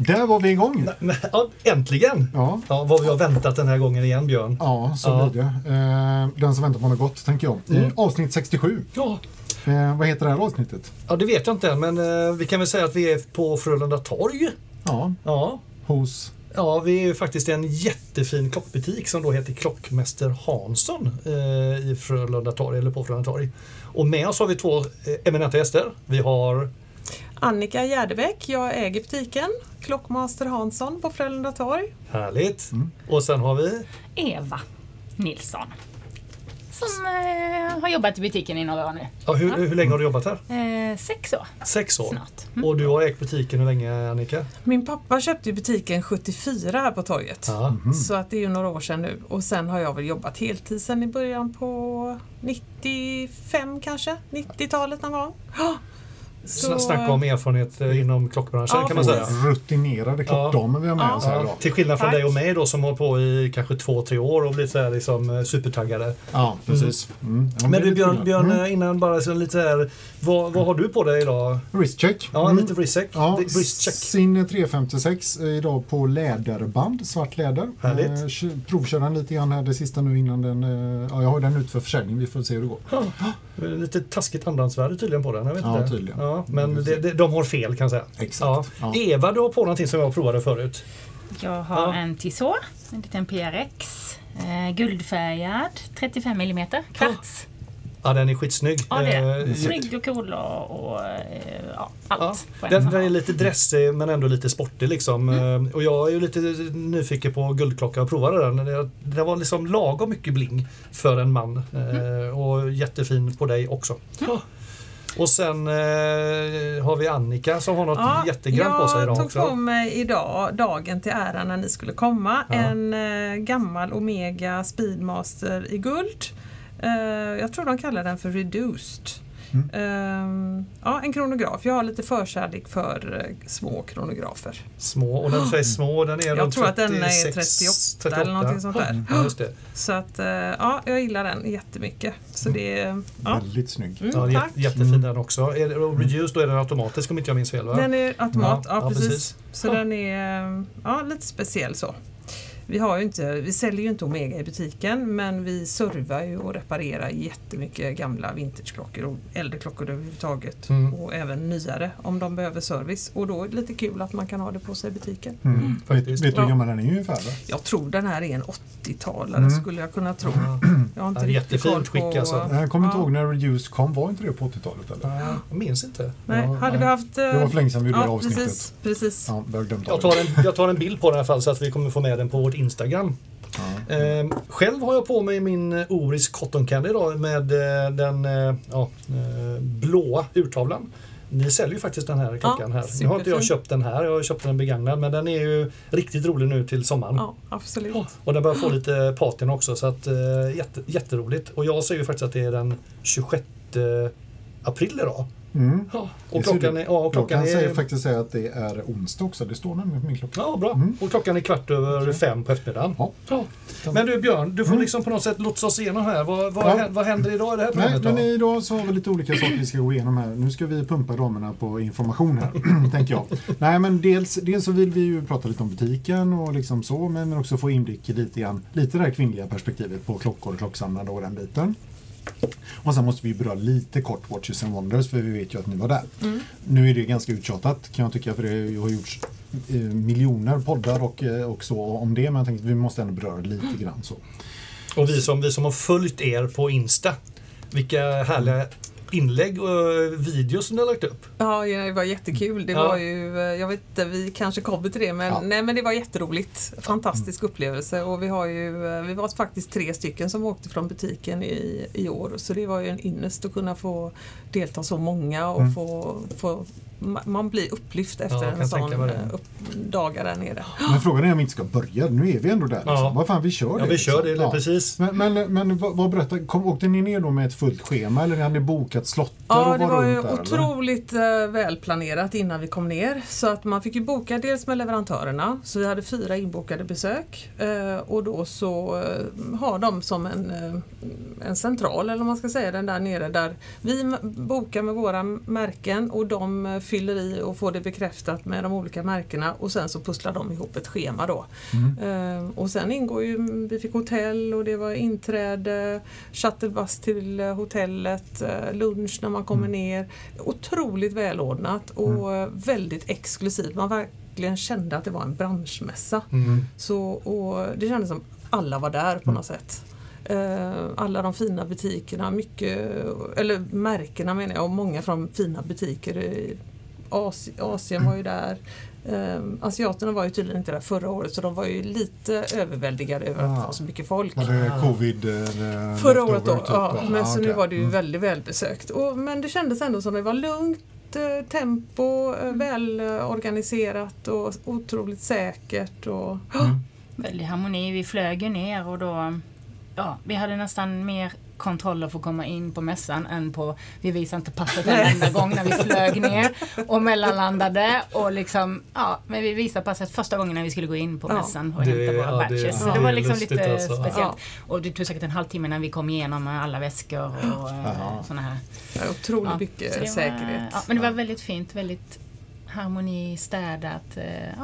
Där var vi igång. Ja, äntligen! Ja. Ja, vad vi har väntat den här gången igen, Björn. Ja, så blir det. Den som väntar på något gott, tänker jag. Avsnitt 67. Ja. Vad heter det här avsnittet? Ja, det vet jag inte, men vi kan väl säga att vi är på Frölunda torg. Ja. Hos... Ja, vi är ju faktiskt en jättefin klockbutik som då heter Klockmäster Hansson i Frölunda torg, eller på Frölunda torg. Och med oss har vi två eminenta gäster. Vi har... Annika Gärdebäck, jag äger butiken Klockmäster Hansson på Frölunda torg. Härligt. Och sen har vi... Eva Nilsson. Som har jobbat i butiken i några år nu. Ja, hur länge har du jobbat här? 6 år. 6 år. Snart. Och du har ägt butiken hur länge, Annika? Min pappa köpte ju butiken 74 här på torget. Så att det är ju några år sedan nu. Och sen har jag väl jobbat heltid sen i början på 95 kanske. 90-talet någon gång. Snacka om erfarenhet inom klockbranschen kan man säga. Rutinerade klockdamer vi har med oss här idag. Till skillnad från dig och mig då som har på i kanske 2-3 år och blivit så här liksom supertaggade. Ja, precis. Ja, men du Björn innan bara så lite här, vad har du på dig idag? Wristcheck. Ja, lite wristcheck. Ja, Wristcheck. Sin 356 idag på läderband, svart läder. Härligt. Provkör den lite grann här det sista nu innan den, jag har den ut för försäljning, vi får se hur det går. Lite taskigt andrahandsvärde tydligen på den, jag vet inte. Tydligen. Ja, men de har fel kan jag säga. Exakt. Ja. Eva, du har på någonting som jag provade förut. Jag har en Tissot, en liten PRX, guldfärgad, 35 mm, kvarts. Ja, den är skitsnygg. Ja, det är snygg och cool och allt. Ja. Den är lite dressig men ändå lite sportig liksom. Och jag är ju lite nyfiken på guldklocka och provade den. Det var liksom lagom mycket bling för en man. Och jättefin på dig också. Och sen har vi Annika som har något jättegrönt på sig idag också. Jag tog på mig idag, dagen till ära när ni skulle komma, en gammal Omega Speedmaster i guld. Jag tror de kallar den för Reduced. En kronograf. Jag har lite förkärlek för små kronografer. Små, och när du säger små, den är jag runt tror att 36, den är 38 eller någonting sånt där. Just det. Så att, jag gillar den jättemycket. Så det är, väldigt snygg. Ja, jättefin den också. Är det Reduced, då är den automatisk om inte jag minns fel, va? Den är automat, precis. Så Ja. den är lite speciell så. Vi säljer ju inte Omega i butiken, men vi servar ju och reparerar jättemycket gamla vintageklockor och äldre klockor överhuvudtaget och även nyare om de behöver service. Och då är det lite kul att man kan ha det på sig i butiken. Vet du hur gammal den är ungefär? Jag tror den här är en 80-talare skulle jag kunna tro. Jag har inte riktigt koll på... Alltså. Jag kommer inte ihåg när Reduced kom, var inte det på 80-talet eller? Jag minns inte. Nej, hade vi haft... Det var för länge sedan vi gjorde avsnittet. Precis. Ja, jag tar en bild på den i alla fall så att vi kommer få med den på vårt Instagram. Själv har jag på mig min Oris Cotton Candy idag med den blåa urtavlan. Ni säljer ju faktiskt den här klockan här. Nu har inte jag köpt den här, jag har köpt den begagnad, men den är ju riktigt rolig nu till sommaren. Ja, absolut. Och den börjar få lite patina också, så att jätteroligt. Och jag ser ju faktiskt att det är den 26 april idag. Ja, och klockan säger faktiskt att det är onsdag också. Det står nämligen på min klocka. Ja, bra. Och klockan är 4:15 på eftermiddagen. Ja. Men du Björn, du får liksom på något sätt lotsa oss igenom här. Vad händer idag i det här programmet? Men idag så har vi lite olika saker vi ska gå igenom här. Nu ska vi pumpa damerna på information här, tänker jag. Nej, men dels så vill vi ju prata lite om butiken och liksom så, men också få inblick i lite det här kvinnliga perspektivet på klockor och klocksamlande och den biten. Och sen måste vi beröra lite kort Watches and Wonders, för vi vet ju att ni var där. Nu är det ganska uttjatat kan jag tycka, för det har gjorts miljoner poddar och så om det, men jag tänkte att vi måste ändå beröra lite grann så. Och vi som har följt er på Insta, vilka härliga inlägg och videos som ni har lagt upp. Ja, det var jättekul. Det var ju, jag vet inte, vi kanske kommer till det, men nej, men det var jätteroligt. Fantastisk upplevelse, och vi var faktiskt 3 stycken som åkte från butiken i år, så det var ju en ynnest att kunna få delta så många och få man blir upplyft efter en sån dagar där nere. Men frågan är om vi inte ska börja. Nu är vi ändå där. Liksom. Vad fan, vi kör det. Ja, vi kör det, precis. Men vad berättar, åkte ni ner då med ett fullt schema, eller hade ni bokat sett slottar Ja, och det var ju runt där, otroligt välplanerat innan vi kom ner. Så att man fick ju boka dels med leverantörerna. Så vi hade 4 inbokade besök. Och då så har de som en central, eller vad man ska säga, den där nere. Där vi bokar med våra märken och de fyller i och får det bekräftat med de olika märkena. Och sen så pusslar de ihop ett schema då. Och sen ingår ju, vi fick hotell och det var inträde, shuttlebuss till hotellet, lunch när man kommer ner. Otroligt välordnat och väldigt exklusivt. Man verkligen kände att det var en branschmässa. Så, och det kändes som alla var där på något sätt. Alla de fina butikerna, eller märkena menar jag, och många från fina butiker i Asien var ju där. Asiaterna var ju tydligen inte där förra året, så de var ju lite överväldigade över att ha så mycket folk. Var det covid? Förra året då, men så nu var det ju väldigt välbesökt. Men det kändes ändå som det var lugnt tempo, välorganiserat och otroligt säkert. Och, väldigt harmoni. Vi flög ju ner och då, vi hade nästan mer kontroller för att komma in på mässan än på, vi visade inte passet en enda gång när vi flög ner och mellanlandade och liksom, men vi visade passet första gången när vi skulle gå in på mässan och hämta våra badges. Så det var liksom lite speciellt. Och det tog säkert en halvtimme när vi kom igenom alla väskor och såna här. Otroligt mycket säkerhet. Men det var väldigt fint, väldigt harmoni, städat.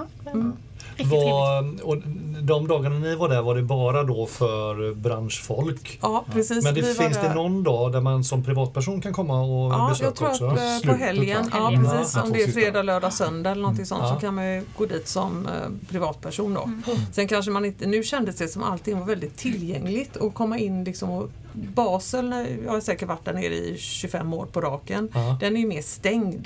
Och de dagarna ni var där, var det bara då för branschfolk? Ja, precis. Men finns det någon dag där man som privatperson kan komma och besöka också? Ja, jag tror att på helgen. Ja, precis. Om det är fredag, lördag, söndag eller någonting sånt så kan man ju gå dit som privatperson då. Sen kanske man inte, nu kändes det som allting var väldigt tillgängligt och komma in liksom och Basel, jag har säkert varit där nere i 25 år på raken. Den är ju mer stängd.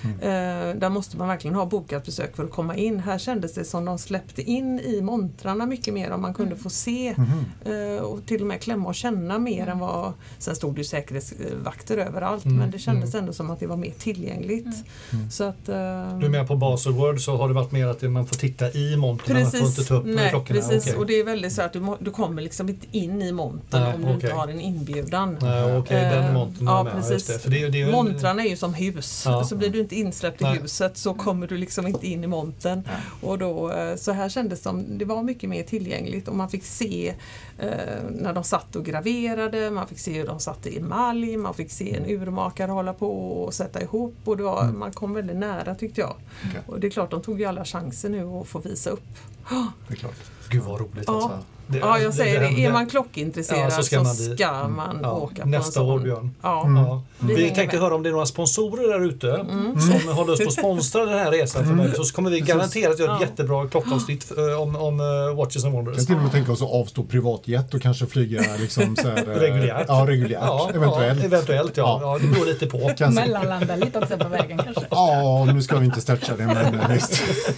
Där måste man verkligen ha bokat besök för att komma in. Här kändes det som de släppte in i montrarna mycket mer, om man kunde få se och till och med klämma och känna mer än vad... Sen stod det ju säkerhetsvakter överallt, men det kändes ändå som att det var mer tillgängligt. Så att, du är med på Baselworld, så har det varit mer att man får titta i montrarna, man får inte ta upp klockorna. Precis, okay. Och det är väldigt så att du kommer liksom inte in i montern om du inte har en inbjudan. Den montern är med. Precis. Det. För det montrarna är ju som hus. Så blir du inte insläppt i huset så kommer du liksom inte in i montern. Och då, så här kändes det var mycket mer tillgängligt och man fick se när de satt och graverade, man fick se hur de satt i emalj, man fick se en urmakare hålla på och sätta ihop och det var, man kom väldigt nära tyckte jag. Och det är klart, de tog ju alla chanser nu att få visa upp. Det är klart. Gud vad roligt alltså. Jag säger det. Är man klockintresserad så ska man åka på nästa en sån. år, Björn. Vi tänkte höra om det är några sponsorer där ute som har lust på att sponsra den här resan för mig. Så kommer vi garanterat göra ett jättebra klockavsnitt om Watches and Wonders. Jag kan till och med tänka oss att avstå privatjet och kanske flyga liksom så här, reguljärt. Ja, reguljärt. Eventuellt. Ja, det beror lite på. Mellanlanda lite också på vägen kanske. Ja, nu ska vi inte stretcha det, men visst.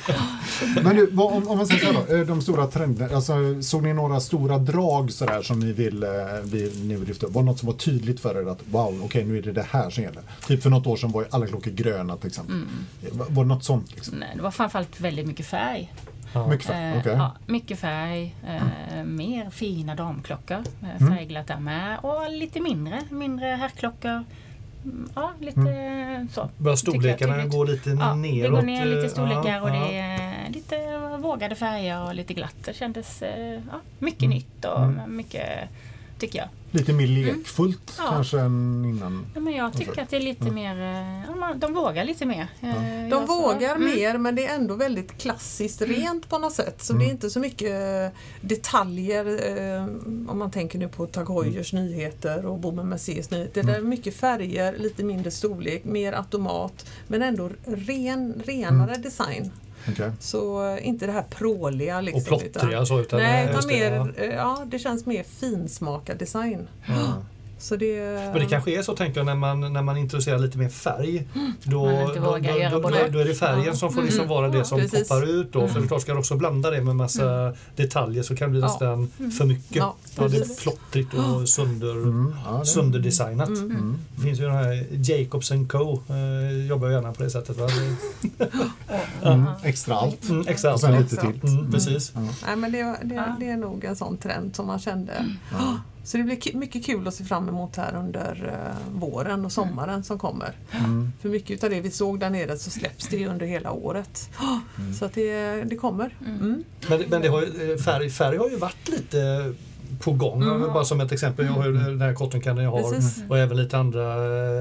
Men nu, om man säger så här då, de stora trenderna, alltså, såg ni några stora drag så där som ni vill lyfta upp? Var det något som var tydligt för er att nu är det här som gäller? Typ för något år sedan var ju alla klockor gröna till exempel. Var det något sånt liksom? Nej, det var framförallt väldigt mycket färg. Mycket färg, okej. Mycket färg, mer fina damklockor, färgglatt där med och lite mindre herrklockor. Ja, lite så. Börjar storlekarna gå lite neråt? Det går ner lite storlekar och det är lite vågade färger och lite glatt. Det kändes mycket nytt och mycket, tycker jag. Lite mer lekfullt kanske än innan. Ja, men jag tycker att det är lite mer, de vågar lite mer. De vågar mer, men det är ändå väldigt klassiskt rent på något sätt. Så det är inte så mycket detaljer, om man tänker nu på Tag Heuers nyheter och Baume & Merciers nyheter. Det är mycket färger, lite mindre storlek, mer automat, men ändå renare design. Okay. Så inte det här pråliga liksom, och plottriga så, utan det känns mer finsmakad design. Så det... Men det kanske är så, tänker jag, när man introducerar lite mer färg. Då är det färgen som får liksom vara det som poppar ut. Då, för du ska också blanda det med massa detaljer, så kan det bli nästan för mycket. Det är plottrigt och sönderdesignat. Det finns ju den här Jacobs & Co. Jobbar gärna på det sättet. Va? Extra allt. Extra allt. Lite till. Precis. Nej, men det är nog en sån trend som man kände. Så det blir mycket kul att se fram emot här under våren och sommaren som kommer. För mycket av det vi såg där nere så släpps det under hela året. Så att det kommer. Men det har färg har ju varit lite på gång. Bara som ett exempel, jag har ju den här Cotton Candy jag har och även lite andra.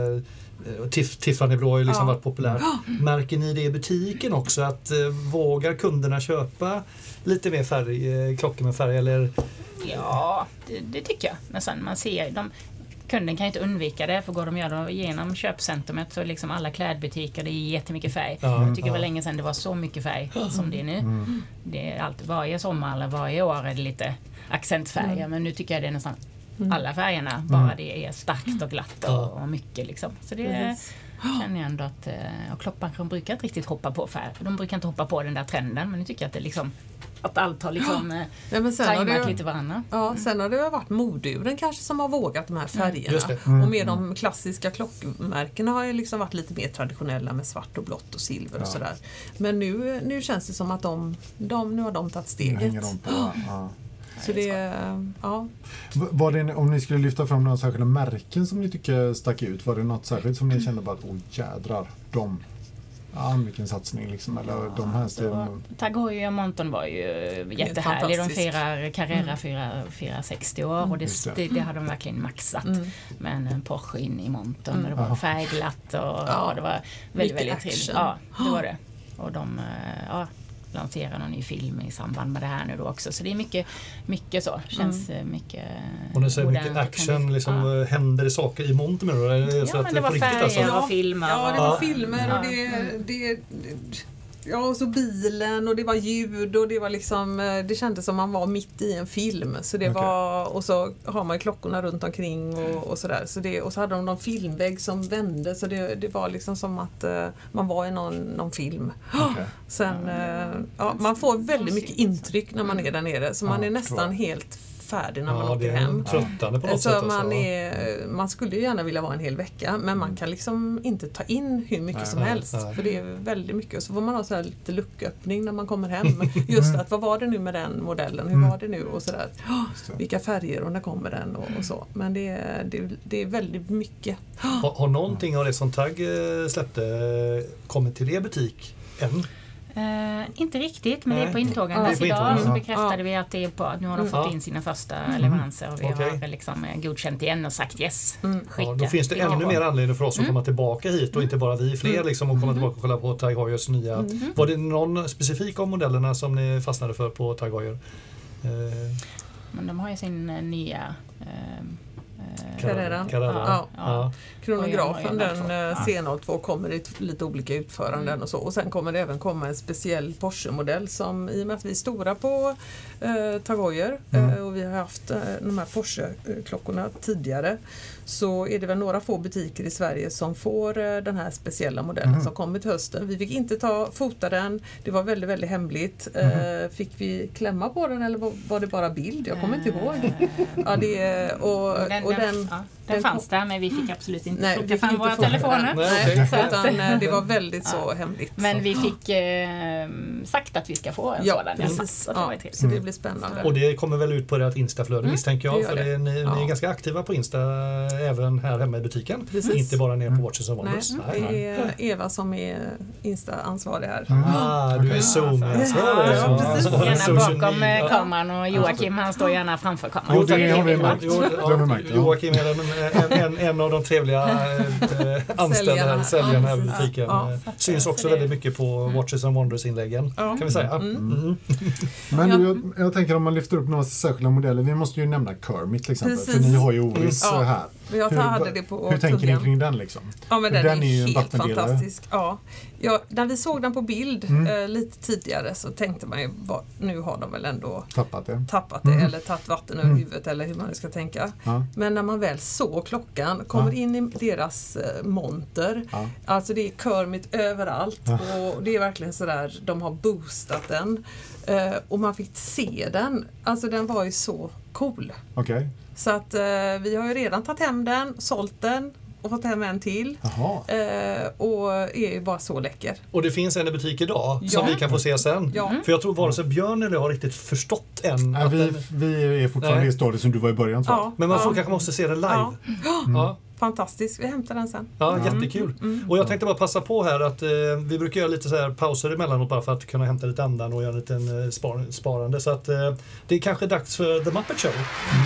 Tiffany Blå har ju liksom varit populärt. Märker ni det i butiken också att vågar kunderna köpa lite mer färg, klockor med färg eller? Ja, det tycker jag. Men sen man ser kunden kan ju inte undvika det, för går de göra igenom köpcentrumet så liksom alla klädbutiker, det är jättemycket färg. Jag tycker det var länge sedan det var så mycket färg som det är nu. Det är alltid, varje sommar eller varje år är det lite accentfärger, men nu tycker jag det är nästan alla färgerna, bara det är starkt och glatt och mycket liksom. Så det känner jag ändå att och Kloppan brukar inte riktigt hoppa på färg. De brukar inte hoppa på den där trenden, men nu tycker jag att det liksom att allt har liksom tajmat lite varandra. Ja, sen har det varit moduren kanske som har vågat de här färgerna. Och med de klassiska klockmärkena har ju liksom varit lite mer traditionella med svart och blått och silver och sådär. Men nu känns det som att nu har de tagit steget. Så det, Var det, om ni skulle lyfta fram några särskilda märken som ni tycker stack ut, var det något särskilt som ni kände bara att jädrar, vilken satsning liksom, eller de här ställen. Tag Heuer och Monton var ju jättehärlig. De firar Carrera 460 år och det hade de verkligen maxat. Men en Porsche in i Monton och det var färgglatt och det var väldigt trevligt. Ja, det var det. Och de lanserar någon ny film i samband med det här nu då också. Så det är mycket så. Känns mycket. Och när säger mycket action, liksom, händer det saker i Monton då? Ja, men det var färger och filmer. Ja, det var filmer och det och så bilen och det var ljud och det var liksom, det kändes som man var mitt i en film. Så det var, och så har man ju klockorna runt omkring och sådär. Och så hade de någon filmvägg som vände, så det var liksom som att man var i någon film. Sen, man får väldigt mycket intryck när man är där nere, så man är nästan helt färdig när man åker hem. Tröttande på något så sätt. Man skulle ju gärna vilja vara en hel vecka, men man kan liksom inte ta in hur mycket som helst. För det är väldigt mycket. Och så får man ha så här lite lucköppning när man kommer hem. Just att, vad var det nu med den modellen? Hur var det nu? Och sådär. Vilka färger och när kommer den? Och så. Men det är väldigt mycket. Har någonting av det som Tag släppte kommit till er butik än? Inte riktigt, men det är på intågandet idag. Så bekräftade vi att det är på att nu har de fått in sina första leveranser och vi har liksom godkänt igen och sagt yes. Då finns det ännu mer anledning för oss att komma tillbaka hit och inte bara vi fler liksom, och komma tillbaka och kolla på Tag Heuers nya. Var det någon specifik av modellerna som ni fastnade för på Tag Heuer? Men de har ju sin nya Carrera. Kronografen, den C02 kommer i lite olika utföranden och så. Och sen kommer det även komma en speciell Porsche-modell som, i och med att vi är stora på Tag Heuer och vi har haft de här Porsche-klockorna tidigare, så är det väl några få butiker i Sverige som får den här speciella modellen som kommer till hösten. Vi fick inte fota den, det var väldigt, väldigt hemligt. Fick vi klämma på den eller var det bara bild? Jag kommer inte ihåg. Den fanns där, men vi fick absolut inte plocka fram våra telefoner. Utan det var väldigt så hemligt. Men vi fick sagt att vi ska få en sådan. Så det blir spännande. Och det kommer väl ut på ert Instaflöde misstänker jag, för ni är ganska aktiva på Insta även här hemma i butiken. Inte bara ner på Watches and Wonders. Det är Eva som är Insta-ansvarig här. Du är Zoom-ansvarig. Gärna bakom kameran och Joakim, han står gärna framför kameran. Joakim är en av de trevliga anställda säljarna här i butiken. Syns också väldigt mycket på Watches and Wonders-inläggen, kan vi säga. Men jag tänker om man lyfter upp några särskilda modeller, vi måste ju nämna Kermit till exempel, för ni har ju Oris här. Hur tänker ni kring den liksom? Ja, men den är ju helt fantastisk. Ja, när vi såg den på bild lite tidigare så tänkte man ju, nu har de väl ändå tappat det eller tagit vatten över huvudet eller hur man nu ska tänka. Men när man väl såg klockan, kommer in i deras monter, alltså det är Kermit överallt och det är verkligen sådär, de har boostat den och man fick se den, alltså den var ju så cool. Okej. Så att vi har ju redan tagit hem den, sålt den och fått hem en till. Och är ju bara så läcker. Och det finns en i butik idag som vi kan få se sen. För jag tror vare sig Björn eller jag har riktigt förstått än. Nej, vi är fortfarande i stadiet som du var i början. Men man kanske måste se det live. Fantastiskt, vi hämtar den sen. Ja, jättekul. Och jag tänkte bara passa på här att vi brukar göra lite så här pauser emellanåt bara för att kunna hämta lite andan och göra en liten sparande. Så att det är kanske dags för The Muppet Show.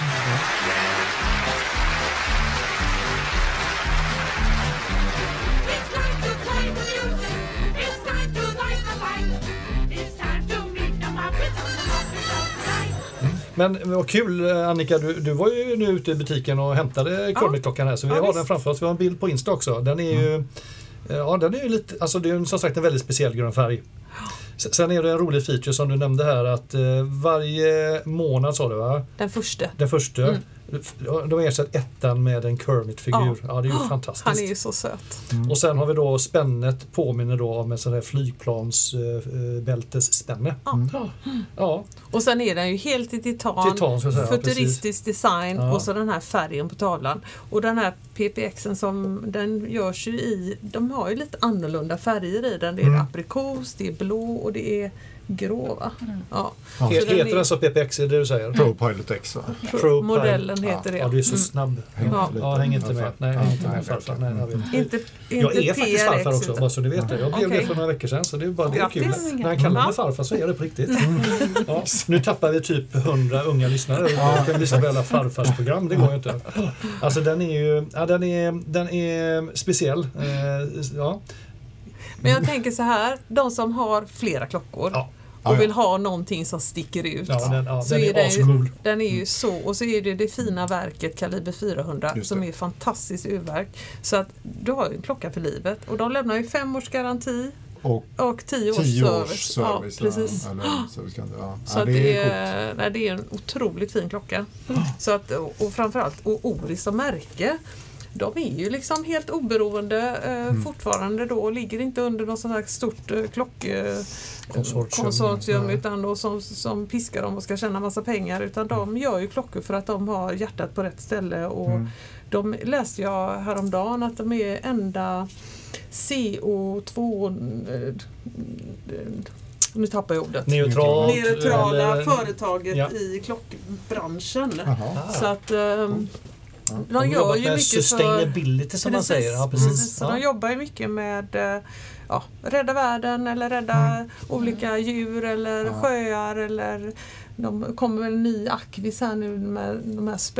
Men vad kul Annika, du var ju nu ute i butiken och hämtade Kermit-klockan här så vi har den framför oss. Vi har en bild på Insta också. Den är ju den är ju lite, alltså det är som sagt en väldigt speciell grön färg. Sen är det en rolig feature som du nämnde här att varje månad sa du va? Den första. De ersätter ettan med en Kermit-figur. Ja, det är ju fantastiskt. Han är ju så söt. Och sen har vi då spännet påminner då om en sån här flygplansbältesspänne. Ja. Och sen är den ju helt i titan futuristisk design och så den här färgen på tavlan. Och den här PPXen som den görs ju i, de har ju lite annorlunda färger i den. Det är aprikos, det är blå och det är grå va? Heter den så PPX är det du säger? ProPilot X va? Modellen heter det. Ja, du är så snabb. Häng inte med. Nej, häng inte med farfar. Jag är faktiskt farfar också, bara så du vet det. Jag blev det för några veckor sedan, så det är bara det är kul. När han kallar mig farfar så är det på riktigt. Nu tappar vi typ 100 unga lyssnare. Jag kan lyssna på alla farfars program, det går ju inte. Alltså den är ju, den är speciell. Men jag tänker så här, de som har flera klockor och vill ha någonting som sticker ut. Så den är ascool. Den är ju så, och så är det fina verket Kaliber 400 som är fantastiskt urverk. Så att du har ju en klocka för livet och de lämnar ju 5 års garanti och 10 års service. Ja, precis. Så att det är en otroligt fin klocka. Så att, och framförallt Oris som märke, de är ju liksom helt oberoende fortfarande då och ligger inte under något sånt här stort konsortium utan då som piskar dem och ska tjäna massa pengar, utan de gör ju klockor för att de har hjärtat på rätt ställe och de läste jag häromdagen att de är enda CO2 nu tappar jag ordet. Neutrala företaget i klockbranschen. Så att de gör ju mycket sustainability som man säger. Ja, precis. Så de jobbar ju mycket med rädda världen eller rädda olika djur eller sjöar, eller de kommer med en ny akvis här nu med de här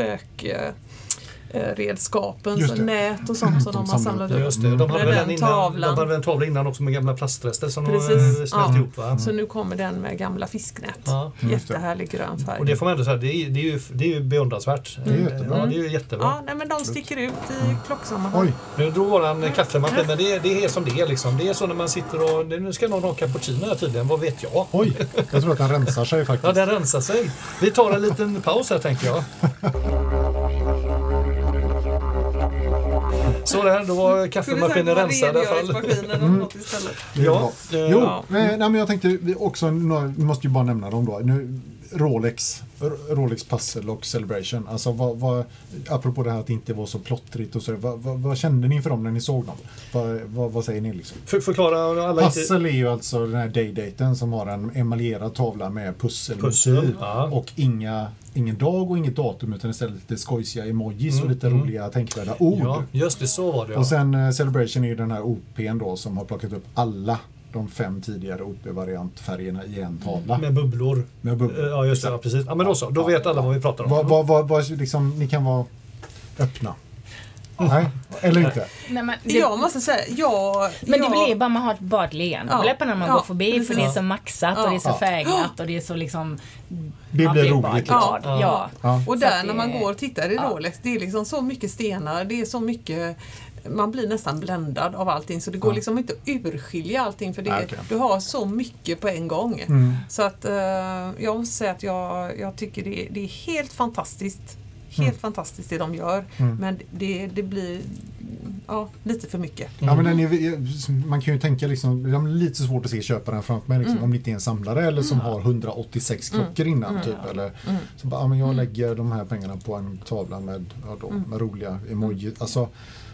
redskapen, så nät och sånt som de har samlat upp. Just det. De hade väl en tavla innan också med gamla plastrester som de smält ihop va? Så nu kommer den med gamla fisknät. Jättehärlig grön färg. Och det får man ändå säga, det är ju beundransvärt. Det är ju jättebra. Ja, nej, men de sticker ut i klocksammanhang. Nu drog våran kaffemaskin, men det är som det är liksom. Det är så när man sitter och nu ska någon ha cappuccino här tydligen, vad vet jag? Oj, jag tror att den rensar sig faktiskt. Ja, den rensar sig. Vi tar en liten paus här tänker jag. Så där, då var kaffemaskinen rensad i alla fall. Men jag tänkte också, vi måste ju bara nämna dem då. Nu, Rolex Puzzle och Celebration. Alltså apropå det här att det inte var så plottrigt och så. Vad kände ni för dem när ni såg dem? Vad säger ni liksom? Förklara alla. Puzzle är ju alltså den här daydaten som har en emaljerad tavla med pussel och ingen dag och inget datum, utan istället lite skojsiga emojis och lite roliga tänkvärda ord. Ja, just det, så var det. Och sen Celebration är ju den här OP:n då som har plockat upp alla de 5 tidigare OP-variantfärgerna i en tavla. Med bubblor. Ja, just det, precis. Ja, men då vet alla vad vi pratar om. Vad liksom, ni kan vara öppna. Nej, eller inte. Nej, men jag måste säga, men det blir bara man har bara ett leende på läpparna när man går förbi, för det är så maxat och det är så färgnat och det är så liksom det blir roligt liksom. Och där när man går och tittar i Rolex, det är liksom så mycket stenar, det är så mycket, man blir nästan bländad av allting, så det går liksom inte att urskilja allting, för du har så mycket på en gång. Så att jag måste säga att jag tycker det är helt fantastiskt. Helt fantastiskt det de gör, men det blir lite för mycket. Ja, men man kan ju tänka liksom, det är lite svårt att se köparen framför mig liksom, om det inte är en samlare eller som har 186 klockor innan typ, eller så bara, men jag lägger de här pengarna på en tavla med roliga emoji. Alltså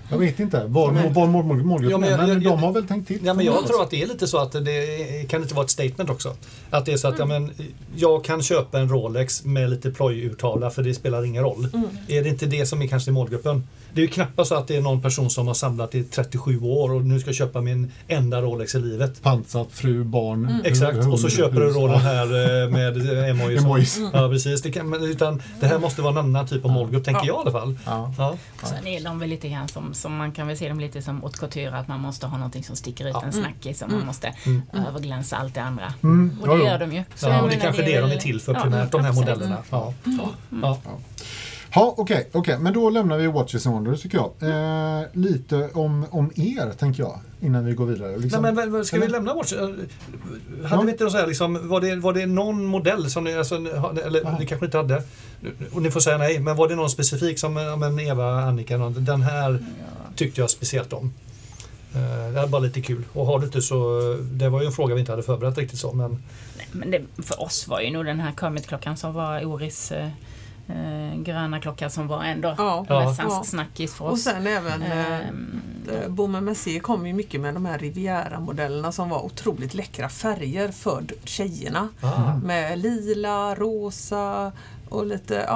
Jag vet inte var målgruppen men de har väl tänkt till. Ja, men jag tror att det är lite så att det kan inte vara ett statement också. Att det är så att jag kan köpa en Rolex med lite plojurtavla för det spelar ingen roll. Är det inte det som är kanske målgruppen? Det är ju knappast så att det är någon person som har samlat i 37 år och nu ska köpa min enda Rolex i livet. Pansat, fru, barn. Exakt, och så köper du då den här med emojis. Ja, precis. Utan det här måste vara en annan typ av målgrupp, tänker jag i alla fall. Ja. Sen är de väl lite grann som man kan väl se dem lite som haute couture, att man måste ha någonting som sticker ut en snackis och man måste överglänsa allt det andra. Och det gör de ju. Så och det är kanske det de är till för primärt, de här modellerna. Ja, okej. Men då lämnar vi Watches and Wonders tycker jag. Lite om er, tänker jag, innan vi går vidare. Liksom. Nej, men ska vi lämna Watches? Hade vi inte så här, liksom, var det någon modell som ni, alltså, eller ni kanske inte hade, och ni får säga nej, men var det någon specifik som Eva, Annika, den här tyckte jag speciellt om? Det är bara lite kul. Och har du inte så, det var ju en fråga vi inte hade förberett riktigt så, men... Nej, men det, för oss var ju nog den här Kermit-klockan som var Oris gröna klocka som var ändå mässans snackis för oss. Och sen även Baume & Mercier kom ju mycket med de här Riviera-modellerna som var otroligt läckra färger för tjejerna. Med lila, rosa och lite,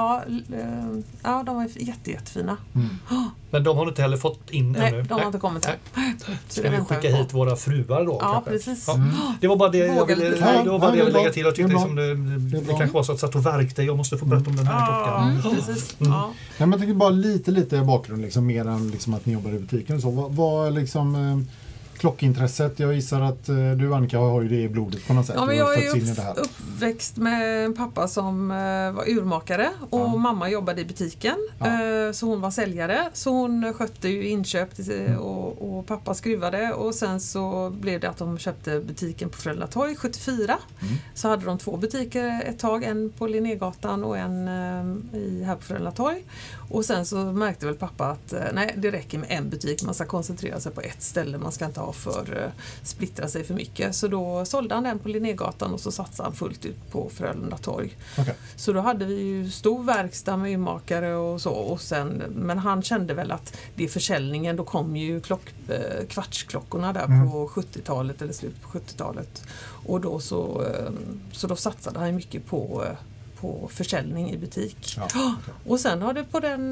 de var jättefina. Men de har inte heller fått in ännu. Nej, de har inte kommit än. Ska vi skicka hit våra fruar då? Ja, precis. Det var bara det jag ville lägga till. Jag tyckte liksom det kanske var så att satt och verkte. Jag måste få berätta om den här klockan. Precis. Nej, men jag tänker bara lite bakgrund, liksom, mer än liksom, att ni jobbar i butiken och så. Vad liksom... klockintresset, jag gissar att du Annika har ju det i blodet på något sätt. Ja, men jag är uppväxt med en pappa som var urmakare och mamma jobbade i butiken. Så hon var säljare. Så hon skötte ju inköp och pappa skruvade. Och sen så blev det att de köpte butiken på Frölunda Torg 74. Så hade de 2 butiker ett tag. En på Linnégatan och en här på Frölunda Torg. Och sen så märkte väl pappa att nej, det räcker med en butik. Man ska koncentrera sig på ett ställe. Man ska inte ha för splittra sig för mycket. Så då sålde han den på Linnégatan och så satsade han fullt ut på Frölunda Torg. Okay. Så då hade vi ju stor verkstad med urmakare och så. Och sen, men han kände väl att det är försäljningen, då kom ju kvartsklockorna där på 70-talet eller slutet på 70-talet. Och då så då satsade han mycket på försäljning i butik. Ja, okay. Och sen har det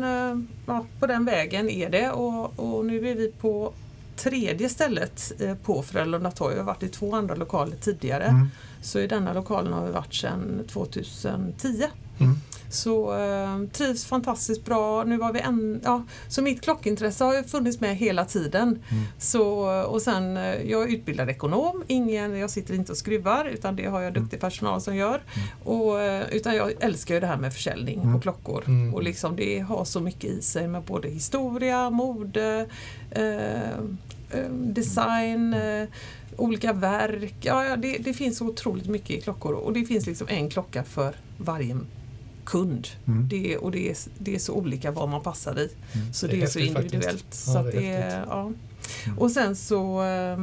på den vägen är det och nu är vi på 3:e stället på Frölunda Torg. Vi har varit i 2 andra lokaler tidigare. Så i denna lokalen har vi varit sedan 2010. Så trivs fantastiskt bra. Nu var vi så mitt klockintresse har ju funnits med hela tiden. Så, och sen, jag är utbildad ekonom. Jag sitter inte och skruvar, utan det har jag duktig personal som gör. Utan jag älskar ju det här med försäljning på klockor. Och liksom det har så mycket i sig med både historia, mode, design, olika verk. Det finns så otroligt mycket i klockor. Och det finns liksom en klocka för varje kund. Det är så olika vad man passar i. Så det är så individuellt. Så att det är, Och sen så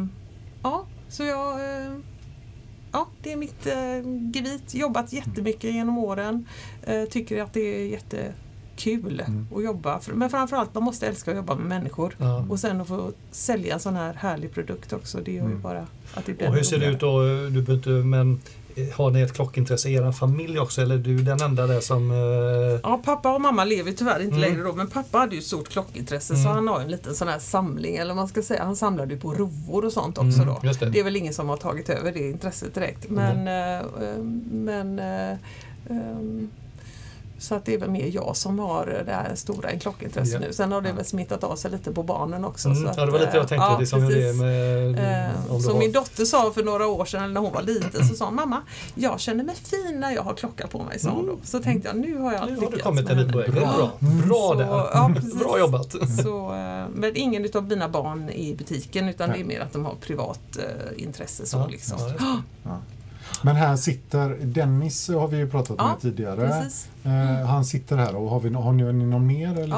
det är mitt gebit. Jobbat jättemycket genom åren. Tycker att det är jättekul att jobba. Men framförallt man måste älska att jobba med människor. Och sen att få sälja en sån här härlig produkt också. Det gör ju bara att det blir. Och hur ser det ut då? Du behöver inte, men har ni ett klockintresse i er familj också, eller är du den enda där som... Ja, pappa och mamma lever tyvärr inte längre då, men pappa hade ju stort klockintresse så han har en liten sån här samling, eller man ska säga, han samlade ju på rovor och sånt också då. Det är väl ingen som har tagit över det intresset direkt, så att det är väl mer jag som har det här stora klockintresset nu. Sen har det väl smittat av sig lite på barnen också. Så att, det var lite jag tänkte. Det som det med, så min dotter sa för några år sedan, när hon var liten, så sa mamma, jag känner mig fin när jag har klocka på mig, sa hon då. Så tänkte jag, nu har jag lyckats. Nu har du kommit en bit på väg. Bra där. Bra jobbat. Så, men ingen utav mina barn är i butiken, utan det är mer att de har privat intresse. Så liksom. Men här sitter Dennis, har vi ju pratat med tidigare. Han sitter här och har ni någon mer? Eller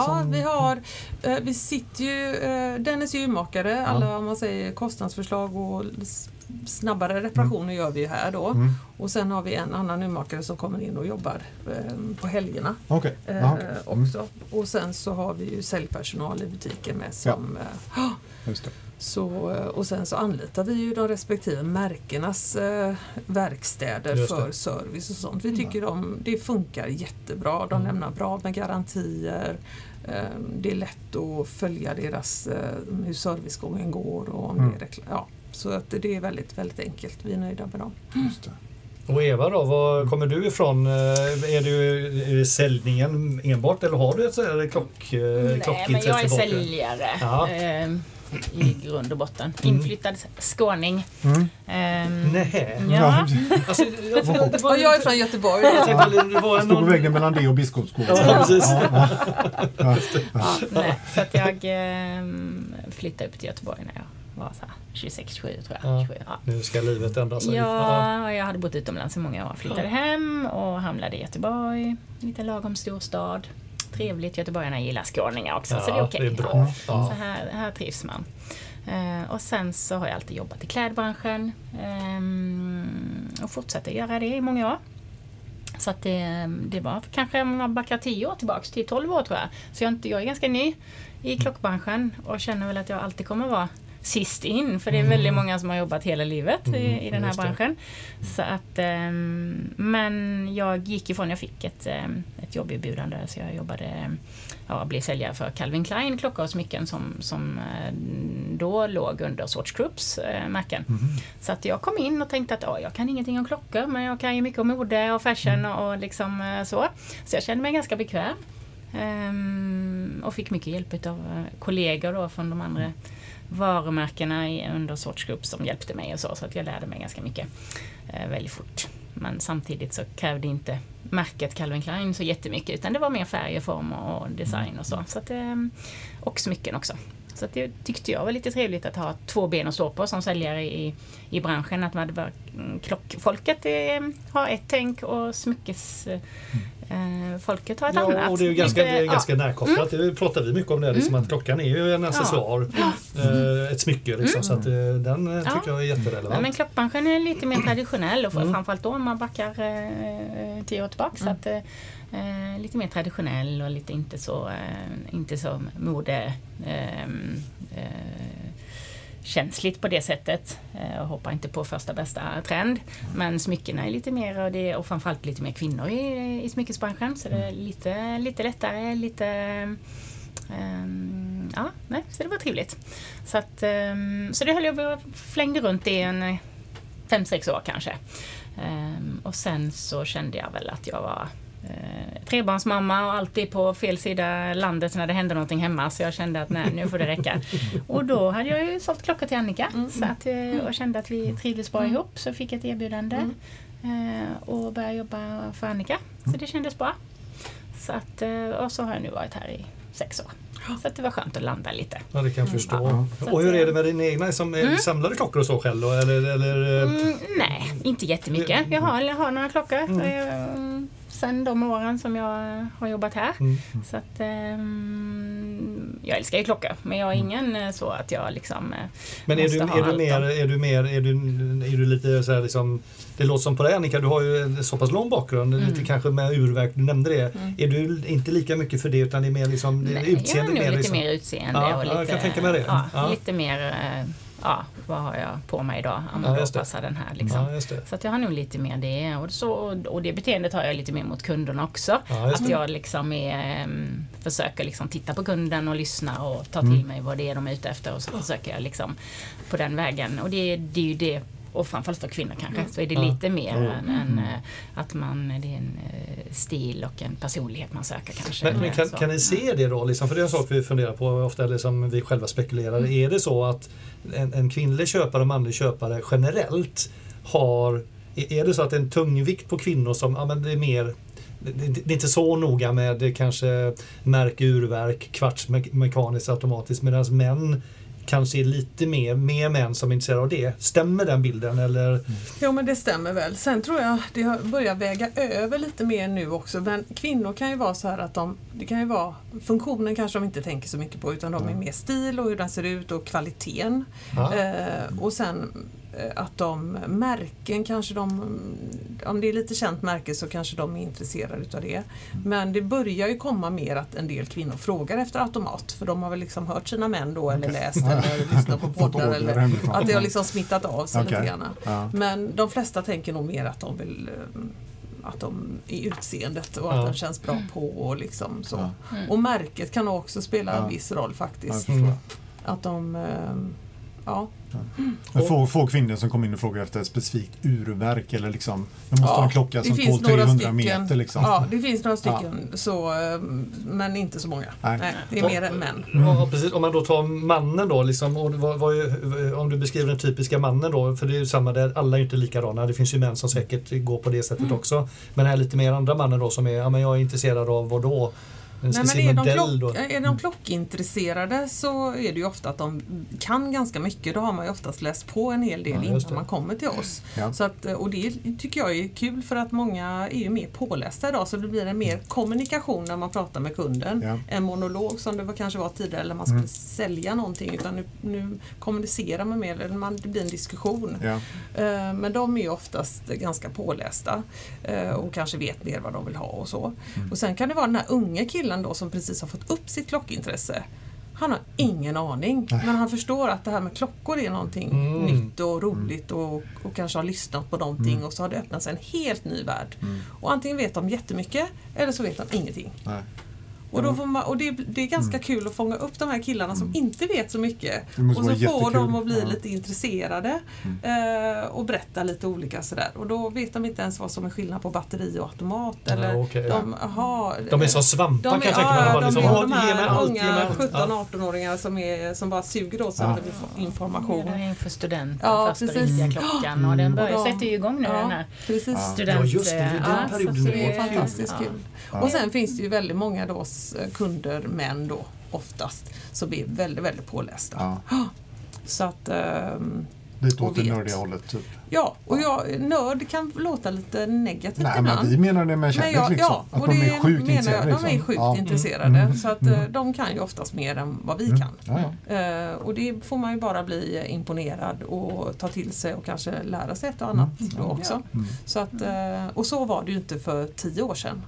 vi sitter ju, Dennis är ju urmakare, alla om man säger kostnadsförslag och snabbare reparationer gör vi här då. Och sen har vi en annan urmakare som kommer in och jobbar på helgerna också. Och sen så har vi ju säljpersonal i butiken med som... Just det. Så, och sen så anlitar vi ju de respektive märkenas verkstäder för service och sånt. Vi tycker det funkar jättebra. De lämnar bra med garantier. Det är lätt att följa deras hur servicegången går och om det är så att det är väldigt, väldigt enkelt. Vi är nöjda med dem. Just det. Och Eva då, var kommer du ifrån? Är det säljningen enbart eller har du ett klockintresse? Nej, men jag är säljare. Ja. I grund och botten. Inflyttad skåning. Nej. Ja. Alltså, jag är från Göteborg. Stod på väggen mellan det och Biskopsgården. Ja, precis. Så att jag flyttade upp till Göteborg när jag var så här 26-27 tror jag. 27, Nu ska livet ändra sig. Ja, jag hade bott utomlands i många år. Flyttade hem och hamnade i Göteborg. Lite lagom stor stad. Trevligt, göteborgarna gillar skåningar också, så det är okej. Det är bra. Så här trivs man. Och sen så har jag alltid jobbat i klädbranschen och fortsätter göra det i många år. Så att det var kanske man backar 10 år tillbaks, till 12 år tror jag. Så jag är ganska ny i klockbranschen och känner väl att jag alltid kommer vara sist in, för det är väldigt många som har jobbat hela livet i den här branschen. Så att, men jag gick ifrån, jag fick ett jobberbjudande, så jag jobbade, blev säljare för Calvin Klein klockor och smycken som då låg under Swatch Groups märken. Så att jag kom in och tänkte att jag kan ingenting om klockor, men jag kan ju mycket om mode och fashion och liksom så jag kände mig ganska bekväm och fick mycket hjälp av kollegor då från de andra varumärkena under Swatch Group som hjälpte mig och så att jag lärde mig ganska mycket väldigt fort. Men samtidigt så krävde inte märket Calvin Klein så jättemycket, utan det var mer färg och form och design och så att, och smycken också. Så att det tyckte jag var lite trevligt att ha 2 ben att stå på som säljare i branschen, att man hade klockfolket har ett tänk och smyckesfolket har ett annat. Ja, och det är ju ganska närkopplat. Det pratar vi mycket om det, liksom att klockan är ju en accessoar, ett smycke liksom, så att den tycker jag är jätterelevant. Men klockbranschen är lite mer traditionell och framförallt då om man backar 10 år tillbaka, så att lite mer traditionell och lite inte så mode känsligt på det sättet. Jag hoppar inte på första bästa trend, men smyckena är lite mer och framförallt lite mer kvinnor i smyckesbranschen, så det är lite lättare, så det var trevligt. Så det höll jag flängde runt i en 5-6 år kanske. Och sen så kände jag väl att jag var trebarnsmamma och alltid på fel sida landet när det hände någonting hemma, så jag kände att nej, nu får det räcka. Och då hade jag ju sålt klockor till Annika så att, och kände att vi trivdes bra ihop, så fick jag ett erbjudande och började jobba för Annika, så det kändes bra. Så att, och så har jag nu varit här i 6 år. Så att det var skönt att landa lite. Ja, det kan jag förstå. Och hur är det med dina egna samlade klockor och så själv då? Eller? Nej, inte jättemycket. Jag har några klockor. Sen de åren som jag har jobbat här. Så att jag älskar ju klockor, men jag är ingen så att jag liksom men är du lite så här liksom, det låter som på dig Annika, du har ju en så pass lång bakgrund, lite kanske med urverk, du nämnde det. Är du inte lika mycket för det, utan det är mer liksom utseende? Jag är nog lite liksom mer utseende och lite, jag kan tänka mig det. Lite mer vad har jag på mig idag? Då passar den här liksom. Så att jag har nog lite mer det, och det beteendet har jag lite mer mot kunderna också. Att jag liksom försöker liksom titta på kunden och lyssna och ta till mig vad det är de är ute efter, och så försöker jag liksom på den vägen. Och det är ju det, och framförallt för kvinnor kanske, så är det lite mer än att det är en stil och en personlighet man söker kanske. Men kan ni se det då? Liksom, för det är en sak vi funderar på ofta, eller som vi själva spekulerar. Är det så att en kvinnlig köpare och manlig köpare generellt är det så att en tungvikt på kvinnor som, men det är mer, det är inte så noga med kanske märke, urverk, kvarts mekaniskt automatiskt, medan män kanske är lite mer män som är intresserade av det. Stämmer den bilden? Eller? Jo, men det stämmer väl. Sen tror jag det har börjat väga över lite mer nu också. Men kvinnor kan ju vara så här att det kan ju vara, funktionen kanske de inte tänker så mycket på, utan de är mer stil och hur den ser ut och kvaliteten. Och sen att märken kanske om det är lite känt märke så kanske de är intresserade utav det. Men det börjar ju komma mer att en del kvinnor frågar efter automat, för de har väl liksom hört sina män då eller läst eller lyssnat på poddar eller att det har liksom smittat av sig lite grann. Ja. Men de flesta tänker nog mer att de vill att de är utseendet och att den känns bra på och liksom så. Och märket kan också spela en viss roll faktiskt. Att de Få kvinnor som kommer in och frågar efter ett specifikt urverk eller liksom, det måste ha en klocka som tål 300 meter liksom. Ja, det finns några stycken så, men inte så många. Nej, det är mer än män. Ja, precis. Om man då tar mannen då liksom, och om du beskriver den typiska mannen då, för det är ju samma där, alla är ju inte likadana. Det finns ju män som säkert går på det sättet också. Men det är lite mer andra mannen då som är, men jag är intresserad av vad då? Är de klockintresserade så är det ju ofta att de kan ganska mycket. Då har man ju oftast läst på en hel del innan man kommer till oss. Ja. Så att, och det tycker jag är kul för att många är ju mer pålästa idag, så det blir en mer kommunikation när man pratar med kunden. Ja. En monolog som det kanske var tidigare eller man skulle sälja någonting, utan nu kommunicerar man mer, eller det blir en diskussion. Ja. Men de är ju oftast ganska pålästa och kanske vet mer vad de vill ha och så. Och sen kan det vara den här unga killen då som precis har fått upp sitt klockintresse. Han har ingen aning, men han förstår att det här med klockor är någonting nytt och roligt och kanske har lyssnat på någonting och så har det öppnat sig en helt ny värld. Och antingen vet de jättemycket eller så vet de ingenting. Nej. Och, då får man, och det är ganska kul att fånga upp de här killarna som inte vet så mycket. Och så får de att bli lite intresserade och berätta lite olika sådär. Och då vet de inte ens vad som är skillnad på batteri och automat. Eller de är så svampar kan jag tänka mig. De här unga 17-18-åringar som bara suger åt sig information. Det är för student, första riktiga klockan. Och den sätter ju igång nu den här student. Ja, just det. Den perioden det är fantastiskt kul. Och sen finns det ju väldigt många då kunder, män då oftast, som är väldigt, väldigt pålästa. Så att lite åt det nördiga hållet typ. Ja, och nörd kan låta lite negativt ibland. Men vi menar det med kärlek liksom. Att de är sjukt intresserade. De är sjukt intresserade. Så att de kan ju oftast mer än vad vi kan. Och det får man ju bara bli imponerad och ta till sig och kanske lära sig ett och annat då också. Så att, och så var det ju inte för 10 år sedan.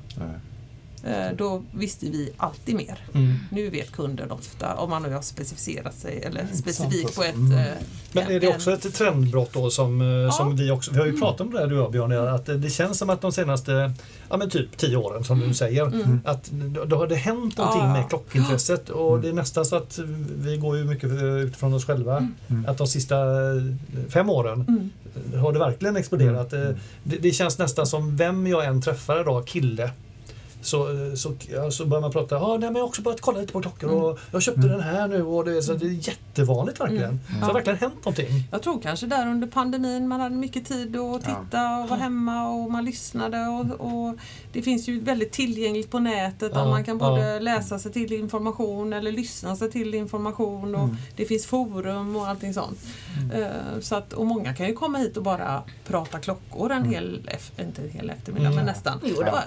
Då visste vi alltid mer. Nu vet kunden ofta, om man nu har specificerat sig eller specifikt på ett... Men är det också ett trendbrott då som vi också... Vi har ju pratat om det här du och Björn, att det känns som att de senaste typ 10 åren som du säger, att då har det hänt någonting med klockintresset och det är nästan så att vi går ju mycket utifrån oss själva, att de sista 5 åren har det verkligen exploderat. Det känns nästan som vem jag än träffar idag, kille, så börjar man prata, men jag har också börjat kolla lite på klockor och jag köpte den här nu och det är jättevanligt verkligen. Så det har verkligen hänt någonting. Jag tror kanske där under pandemin man hade mycket tid att titta och vara hemma och man lyssnade och det finns ju väldigt tillgängligt på nätet och man kan både läsa sig till information eller lyssna sig till information och det finns forum och allting sånt. Så att, och många kan ju komma hit och bara prata klockor inte en hel eftermiddag men nästan.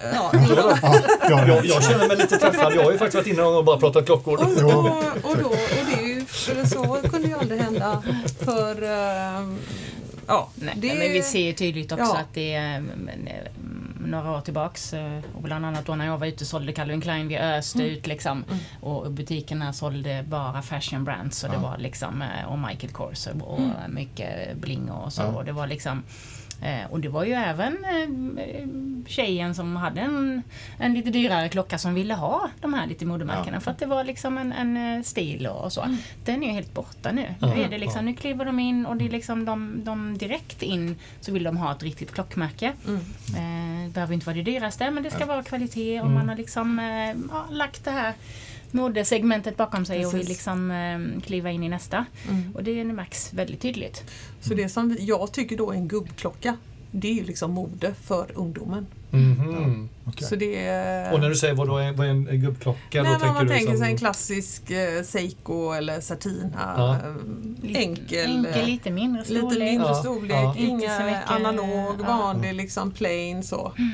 Jag känner mig lite träffad. Jag har ju faktiskt varit inne och bara pratat klockor. Och det är ju så kunde ju aldrig hända för men vi ser ju tydligt också att det är några år tillbaks och bland annat då när jag var ute sålde Calvin Klein, vi öste ut liksom och butikerna sålde bara fashion brands och det var liksom och Michael Kors och mycket bling och så och det var liksom och det var ju även tjejen som hade en lite dyrare klocka som ville ha de här lite modemärkena för att det var liksom en stil och så. Den är ju helt borta nu. Nu är det liksom, nu kliver de in och det är liksom de direkt in så vill de ha ett riktigt klockmärke. Det behöver inte vara det dyraste men det ska vara kvalitet och man har liksom lagt det här modesegmentet bakom sig och vill liksom kliva in i nästa. Och det märks väldigt tydligt. Så det som jag tycker då är en gubbklocka, det är ju liksom mode för ungdomen. Okay. Så det är... Och när du säger vad är en gubbklocka? Nej, då man tänker sig en klassisk Seiko eller Satina. Enkel, lite mindre storlek. Inga analog, vanlig liksom plain så.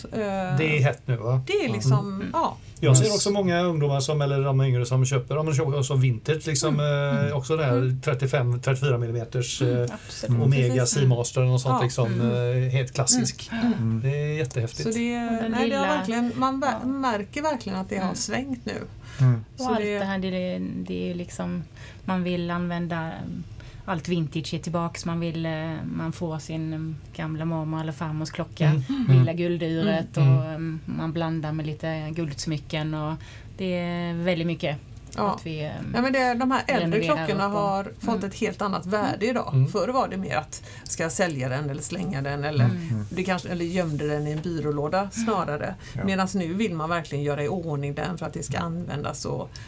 Det är hett nu, va? Det är liksom, ja. Jag ser också många ungdomar eller de yngre som köper också vintage liksom, också det här 35-34 mm Omega Seamaster och sånt liksom, helt klassisk. Det är jättehäftigt. Så det är verkligen, man märker verkligen att det har svängt nu. Och allt det här, det är liksom, man vill använda allt vintage är tillbaks, man får sin gamla mormor eller farmors klocka, lilla gulduret och man blandar med lite guldsmycken och det är väldigt mycket. Att vi, men de här äldre klockorna har fått ett helt annat värde idag. Förr var det mer att ska jag sälja den eller slänga den eller eller gömde den i en byrålåda snarare. Medan nu vill man verkligen göra i ordning den för att det ska användas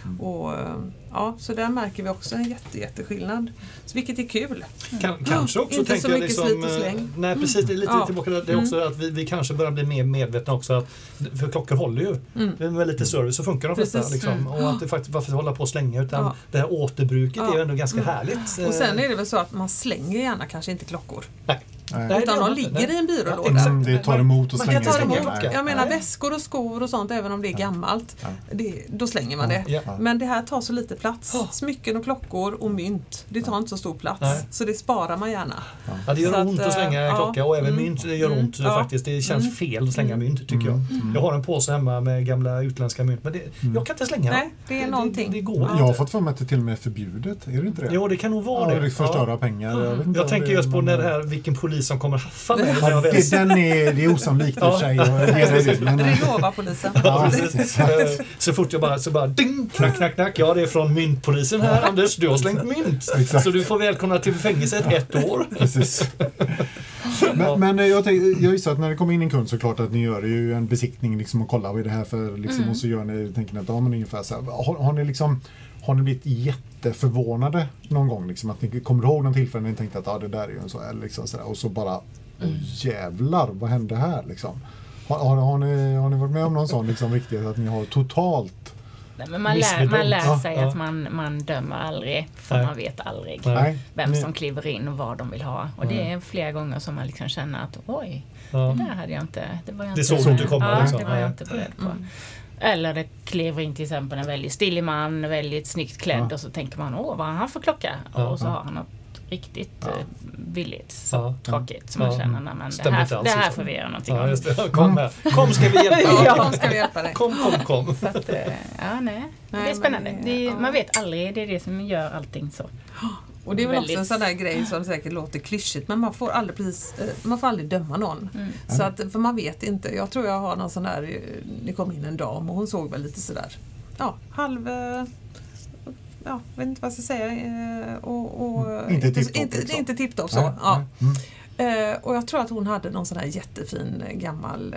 så där märker vi också en jätteskillnad. Så vilket är kul. Kanske också inte så mycket slit och släng. Nej, precis, det är lite tillbaka det är också att vi kanske börjar bli mer medvetna också att för klockor håller ju. Med lite service så funkar de flesta liksom, och att det faktiskt varför hålla på att slänga utan det här återbruket är ju ändå ganska härligt. Och sen är det väl så att man slänger gärna kanske inte klockor. Nej. Utan de ligger i en byrålåda. Det tar emot och slänger. Jag menar väskor och skor och sånt, även om det är gammalt, då slänger man det. Men det här tar så lite plats. Smycken och klockor och mynt, det tar inte så stor plats. Så det sparar man gärna. Ja, det gör ont att slänga en klocka och även mynt det gör ont faktiskt. Det känns fel att slänga mynt tycker jag. Jag har en påse hemma med gamla utländska mynt, men jag kan inte slänga dem. Nej, det är någonting. Det går inte. Jag har fått för mig att det till och med är förbjudet. Är det inte det? Jo, det kan nog vara det. Förstöra pengar. Jag tänker just på när det här, vilken polis som kommer haffa mig. Det är osannolikt för sig. Renovapolisen. Så fort jag bara ding, knack, knack, knack. Ja, det är från myntpolisen här. Anders, du har slängt mynt. Så du får välkomna till fängelset 1 år. Precis. Men jag gissar att när det kommer in en kund så klart att ni gör ju en besiktning liksom, och kollar vad är det här för liksom, och så gör ni, tänker ni att men ungefär så här, har ni blivit jätteförvånade någon gång liksom, att ni kommer ihåg någon tillfälle när ni tänkte att det där är ju en så eller liksom så där, och så bara jävlar, vad hände här liksom? Har ni varit med om någon sån liksom riktigt att ni har totalt men man lär sig att man dömer aldrig för man vet aldrig vem som kliver in och vad de vill ha. Och det är flera gånger som man liksom känner att oj, det där hade jag inte, det såg inte komma liksom. Det var jag inte beredd på. Eller det kliver in till exempel en väldigt stilig man, väldigt snyggt klädd och så tänker man, vad har han för klocka? Och så har han något riktigt billigt, så tråkigt som man känner när man det här får vi göra någonting om. Just det. Kom här. Kom ska vi hjälpa. Kom ska vi hjälpa dig. Kom. Så att, det är spännande. Man vet aldrig, det är det som gör allting så. Och det är väl också en sån där grej som säkert låter klyschigt, men man får aldrig döma någon. Så att, för man vet inte. Jag tror jag har någon sån där, det kom in en dam och hon såg väl lite sådär, vet inte vad jag ska säga. Och inte tipptopp så. Och jag tror att hon hade någon sån här jättefin gammal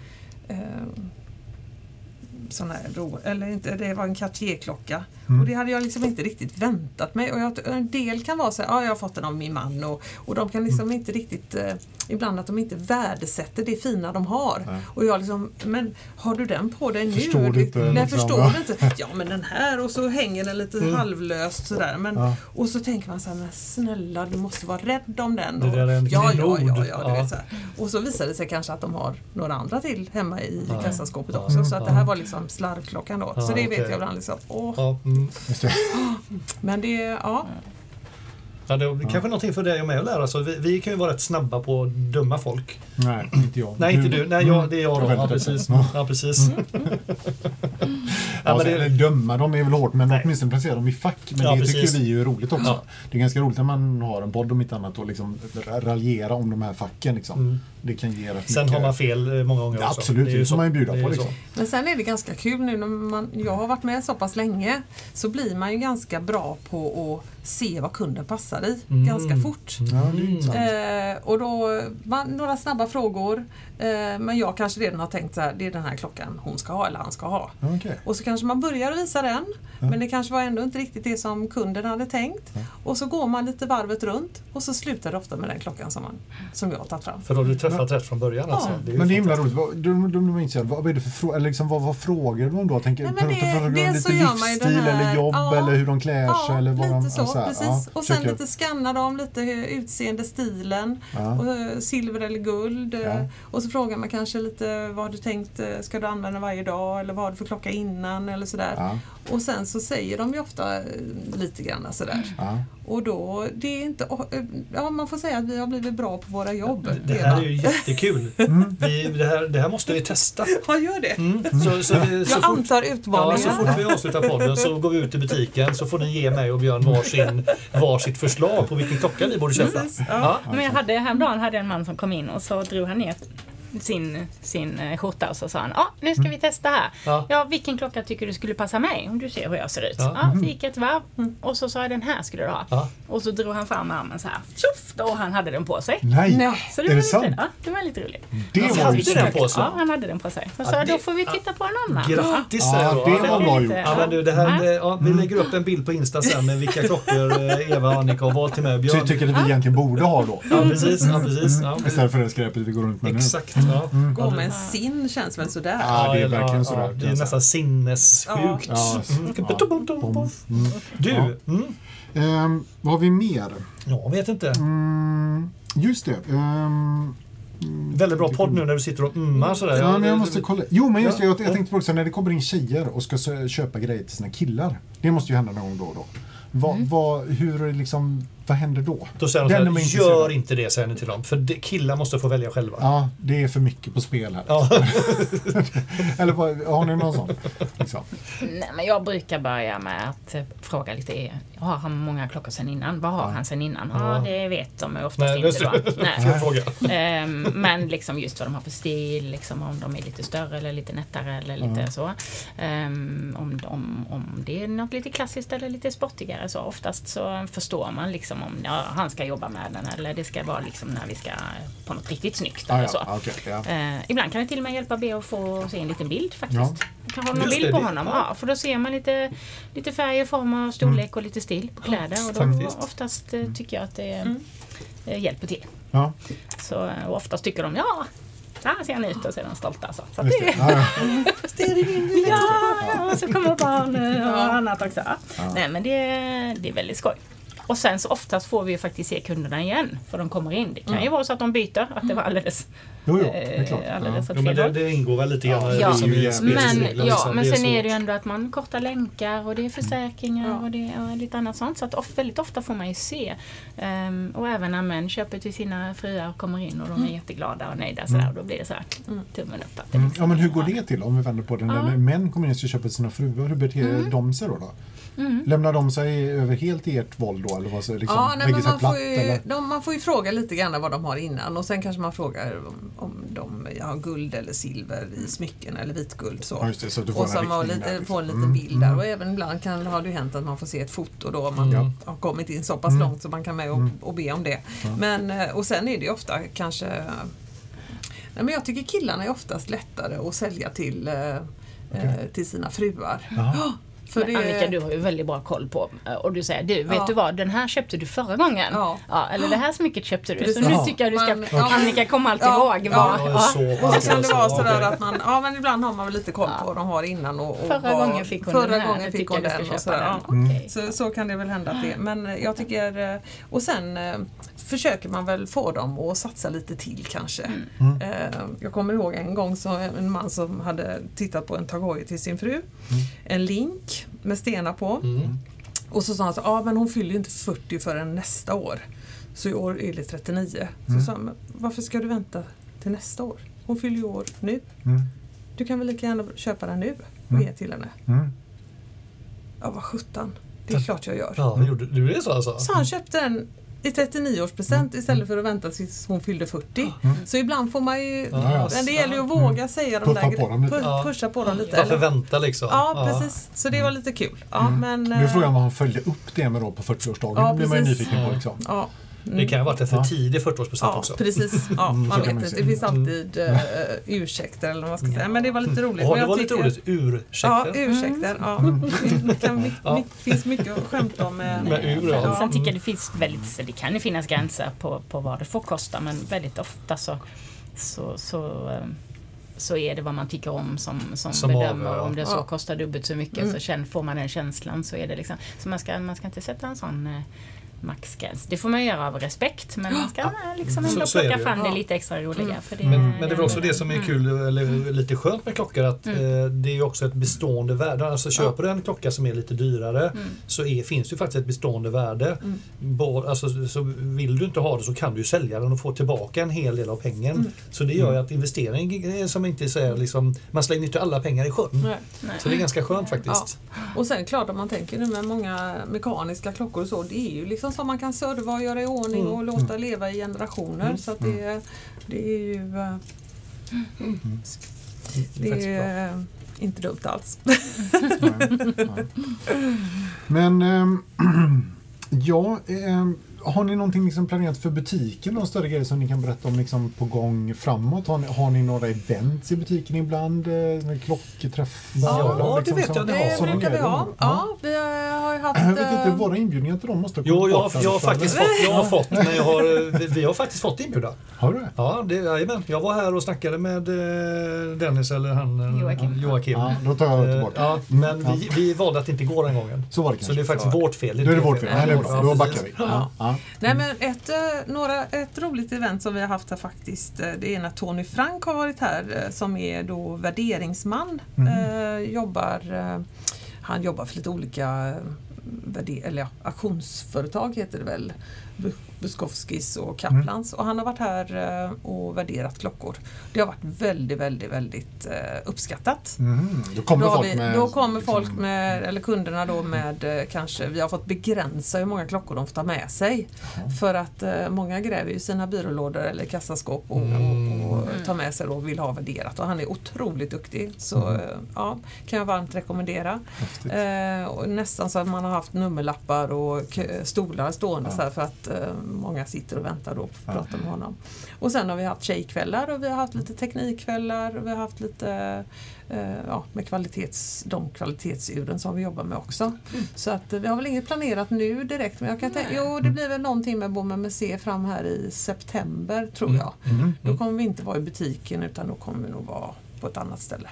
sån här eller inte, det var en Cartier-klocka. Och det hade jag liksom inte riktigt väntat mig. Och en del kan vara så här, jag har fått den av min man och de kan liksom inte riktigt ibland att de inte värdesätter det fina de har. Och jag liksom, men har du den på dig nu? Förstår du inte. Ja, men den här, och så hänger den lite halvlöst sådär. Men, och så tänker man så här, men snälla, du måste vara rädd om den. Det där är en du vet så här. Och så visar det sig kanske att de har några andra till hemma i kassaskåpet också. Så att det här var liksom slarvklockan då. Så det vet jag ibland liksom. Men det, Ja, det är kanske någonting för dig och mig att lära. Så vi kan ju vara rätt snabba på att döma folk. Nej, inte jag. Nej, inte du. Nej, det är jag då. Ja, precis. Ja, precis. Döma dem är väl hårt, men åtminstone placera dem i fack. Men det tycker vi är ju roligt också. Det är ganska roligt när man har en podd om inte annat och liksom raljera om de här facken. Liksom. Det kan ge rätt sen mycket. Har man fel många gånger också. Absolut, det får man ju bjuda på. Liksom. Men sen är det ganska kul nu när jag har varit med så pass länge, så blir man ju ganska bra på att se vad kunden passar i ganska fort. Och då några snabba frågor, men jag kanske redan har tänkt så här, det är den här klockan hon ska ha eller han ska ha. Okay. Och så kanske man börjar visa den, men det kanske var ändå inte riktigt det som kunden hade tänkt. Och så går man lite varvet runt och så slutar det ofta med den klockan som jag har tagit fram. För då har du träffat rätt från början alltså. Ja. Men det är himla roligt. De är intresserade. Vad är det för frågor? Eller liksom, vad frågar de då? Tänker lite livsstil eller jobb eller hur de klär sig? Eller vad lite de, så, så här, precis. Och sen lite skanna dem, lite utseende, stilen, och silver eller guld. Och så frågar man kanske lite vad du tänkt, ska du använda varje dag eller vad har du för klocka innan eller sådär. Ja. Och sen så säger de ju ofta lite grann sådär. Ja. Och då, det är inte, man får säga att vi har blivit bra på våra jobb. Det här är ju jättekul. Det här måste vi testa. Ja, gör det. Jag antar utmaningar. Så fort vi avslutar podden så går vi ut i butiken så får ni ge mig och Björn varsitt förslag på vilken klocka vi borde köpa. Ja. Men häromdagen hade en man som kom in och så drog han ner sin skjorta och så sa han, nu ska vi testa här. Ja, vilken klocka tycker du skulle passa mig? Om du ser hur jag ser ut. Ja, så gick ett varv och så sa jag, den här skulle du ha. Ja. Och så drog han fram armen så här. Tjoff, och han hade den på sig. Nej, så det är var det sant? Ja, det var lite roligt. Det var den på sig. Ja, han hade den på sig. Så sa då får vi titta på en annan. Grattis! Det var bra gjort. Vi lägger upp en bild på Insta sen med vilka klockor Eva och Annika har valt till mig och Björn. Så jag tycker att vi egentligen borde ha då. Ja, precis. Istället för det skräpet vi går runt med nu. Exakt, Gå med en sin känns väl sådär. Ja, det är verkligen sådär. Det är nästan sinnessjukt. Du. Vad har vi mer? Jag vet inte. Just det. Väldigt bra podd nu när du sitter och sådär. Ja, men jag måste kolla. Jo, men just det. Jag tänkte på också när det kommer in tjejer och ska köpa grejer till sina killar. Det måste ju hända någon gång då och då. Vad händer då? Då säger de gör inte det, säger ni till dem. För killar måste få välja själva. Ja, det är för mycket på spel här. Ja. Eller har ni någon sån? Liksom. Nej, men jag brukar börja med att fråga lite, har han många klockor sen innan? Vad har han sen innan? Ja, det vet de oftast inte då. Nej. Men liksom just vad de har för stil, liksom om de är lite större eller lite nättare eller lite så. Om det är något lite klassiskt eller lite sportigare så oftast så förstår man liksom om han ska jobba med den eller det ska vara liksom när vi ska på något riktigt snyggt eller så. Ibland kan det till och med hjälpa be att få se en liten bild faktiskt. Man kan ha någon bild på honom. Ja, för då ser man lite färg, form och storlek och lite stil på kläder och då oftast tycker jag att det hjälper till. Ja. Så och oftast tycker de här ser han ut och så är de stolta. Så att det är din bild. Ja, så kommer barn och annat också. Nej, men det är väldigt skoj. Och sen så oftast får vi ju faktiskt se kunderna igen. För de kommer in. Det kan ju vara så att de byter. Att det var alldeles det är klart. Alldeles men det ingår väl lite grann. Men sen är det ju ändå att man kortar länkar. Och det är försäkringar och det är lite annat sånt. Så att väldigt ofta får man ju se. Och även när män köper till sina fruar och kommer in. Och de är jätteglada och nöjda. Sådär, och då blir det så här tummen upp. Att det liksom, ja, men hur går det till om vi vänder på den? När män kommer in och ska köpa till sina fruar. Hur beter de sig då? Lämnar de sig över helt i ert våld då? Eller vad så, liksom, man får ju fråga lite grann vad de har innan och sen kanske man frågar om de har guld eller silver i smycken eller vitguld så. Ja, så och så man får en liten bild där och även ibland har det hänt att man får se ett foto då om man har kommit in så pass långt så man kan med och be om det. Men och sen är det ju ofta kanske men jag tycker killarna är oftast lättare att sälja till sina fruar. Annika, du har ju väldigt bra koll på och du säger, vet du vad, den här köpte du förra gången eller det här smycket köpte du, så nu tycker jag du ska Annika kommer alltid ihåg och så kan det vara sådär att man men ibland har man väl lite koll på vad de har innan och förra gången fick hon den och sådär. Så kan det väl hända att det, men jag tycker och sen försöker man väl få dem att satsa lite till kanske. Jag kommer ihåg en gång så en man som hade tittat på en Tag till sin fru. En link med stenar på. Och så sa han så, men hon fyller ju inte 40 förrän nästa år. Så i år är det 39. Så sa han, varför ska du vänta till nästa år? Hon fyller ju år nu. Du kan väl lika gärna köpa den nu och ge till henne. Ja, vad 17. Det är klart jag gör. Ja, gjorde du det så alltså? Så han köpte den i 39-årspresent istället för att vänta tills hon fyllde 40. Så ibland får man ju men det gäller ju att våga säga de där pusha på dem lite. Varför vänta liksom? Ja, precis. Så det var lite kul. Men nu frågar man om han följde upp det med då på 40-årsdagen. Det blir man ju nyfiken på liksom. Det kan ha varit en för tidig 40% också. Precis. Ja, man vet inte. Det finns alltid ursäkter eller vad man ska säga. Men det var lite roligt. Ja, det var lite roligt. Ursäkter. Ja, ursäkter. Ja. Det finns mycket att skämta om med ur. Ja. Sen tycker jag det kan ju finnas gränser på vad det får kosta, men väldigt ofta så är det vad man tycker om som bedömer. Om det så kostar dubbelt så mycket så får man den känslan, så är det liksom. Så man ska inte sätta en sån maxgräns. Det får man göra av respekt, men man ska liksom ändå plocka fram det lite extra roliga. För det, men det är väl också det som är kul, eller lite skönt med klockor, att det är ju också ett bestående värde. Alltså köper du en klocka som är lite dyrare så finns det ju faktiskt ett bestående värde. Alltså, så vill du inte ha det så kan du ju sälja den och få tillbaka en hel del av pengen. Så det gör ju att investering är som inte säger liksom, man slänger inte alla pengar i sjön. Nej. Så det är ganska skönt faktiskt. Ja. Och sen klart om man tänker nu med många mekaniska klockor och så, det är ju liksom som man kan serva och göra i ordning och låta leva i generationer. Så att det är ju det är inte dumt alls. Men har ni någonting liksom planerat för butiken? Någon större grej som ni kan berätta om liksom på gång framåt? Har ni några events i butiken ibland? Klockträffar? Ja, liksom, det vet jag. Det brukar vi ha. Ja, vi har ju haft... Jag vet inte, våra inbjudningar till dem måste ha kommit bort. Jag har fått, men vi har faktiskt fått inbjudan. Har du det? Ja, jag var här och snackade med Dennis eller Joakim. Ja, då tar jag tillbaka. Ja, men vi valde att inte gå den gången. Så var det kanske. Så det är faktiskt vårt fel. Det är vårt fel. Nej, det är bra. Då backar vi. Ja. Nej, men ett roligt event som vi har haft här faktiskt, det är när Tony Frank har varit här, som är då värderingsman. Han jobbar för lite olika auktionsföretag heter det väl. Bukowskis och Kaplans, och han har varit här och värderat klockor. Det har varit väldigt, väldigt, väldigt uppskattat. Då kommer folk med eller kunderna då med kanske, vi har fått begränsa hur många klockor de får ta med sig. För att många gräver ju sina byrålådor eller kassaskåp och tar med sig och vill ha värderat. Och han är otroligt duktig. Så kan jag varmt rekommendera. Och nästan så att man har haft nummerlappar och stolar stående så här, för att många sitter och väntar då på att prata med honom. Och sen har vi haft tjejkvällar och vi har haft lite teknikkvällar och vi har haft lite med de kvalitetsuren som vi jobbar med också. Så att vi har väl inget planerat nu direkt, men jag kan tänka, det blir väl någonting med Bommen Museet fram här i september tror jag. Då kommer vi inte vara i butiken, utan då kommer vi nog vara på ett annat ställe.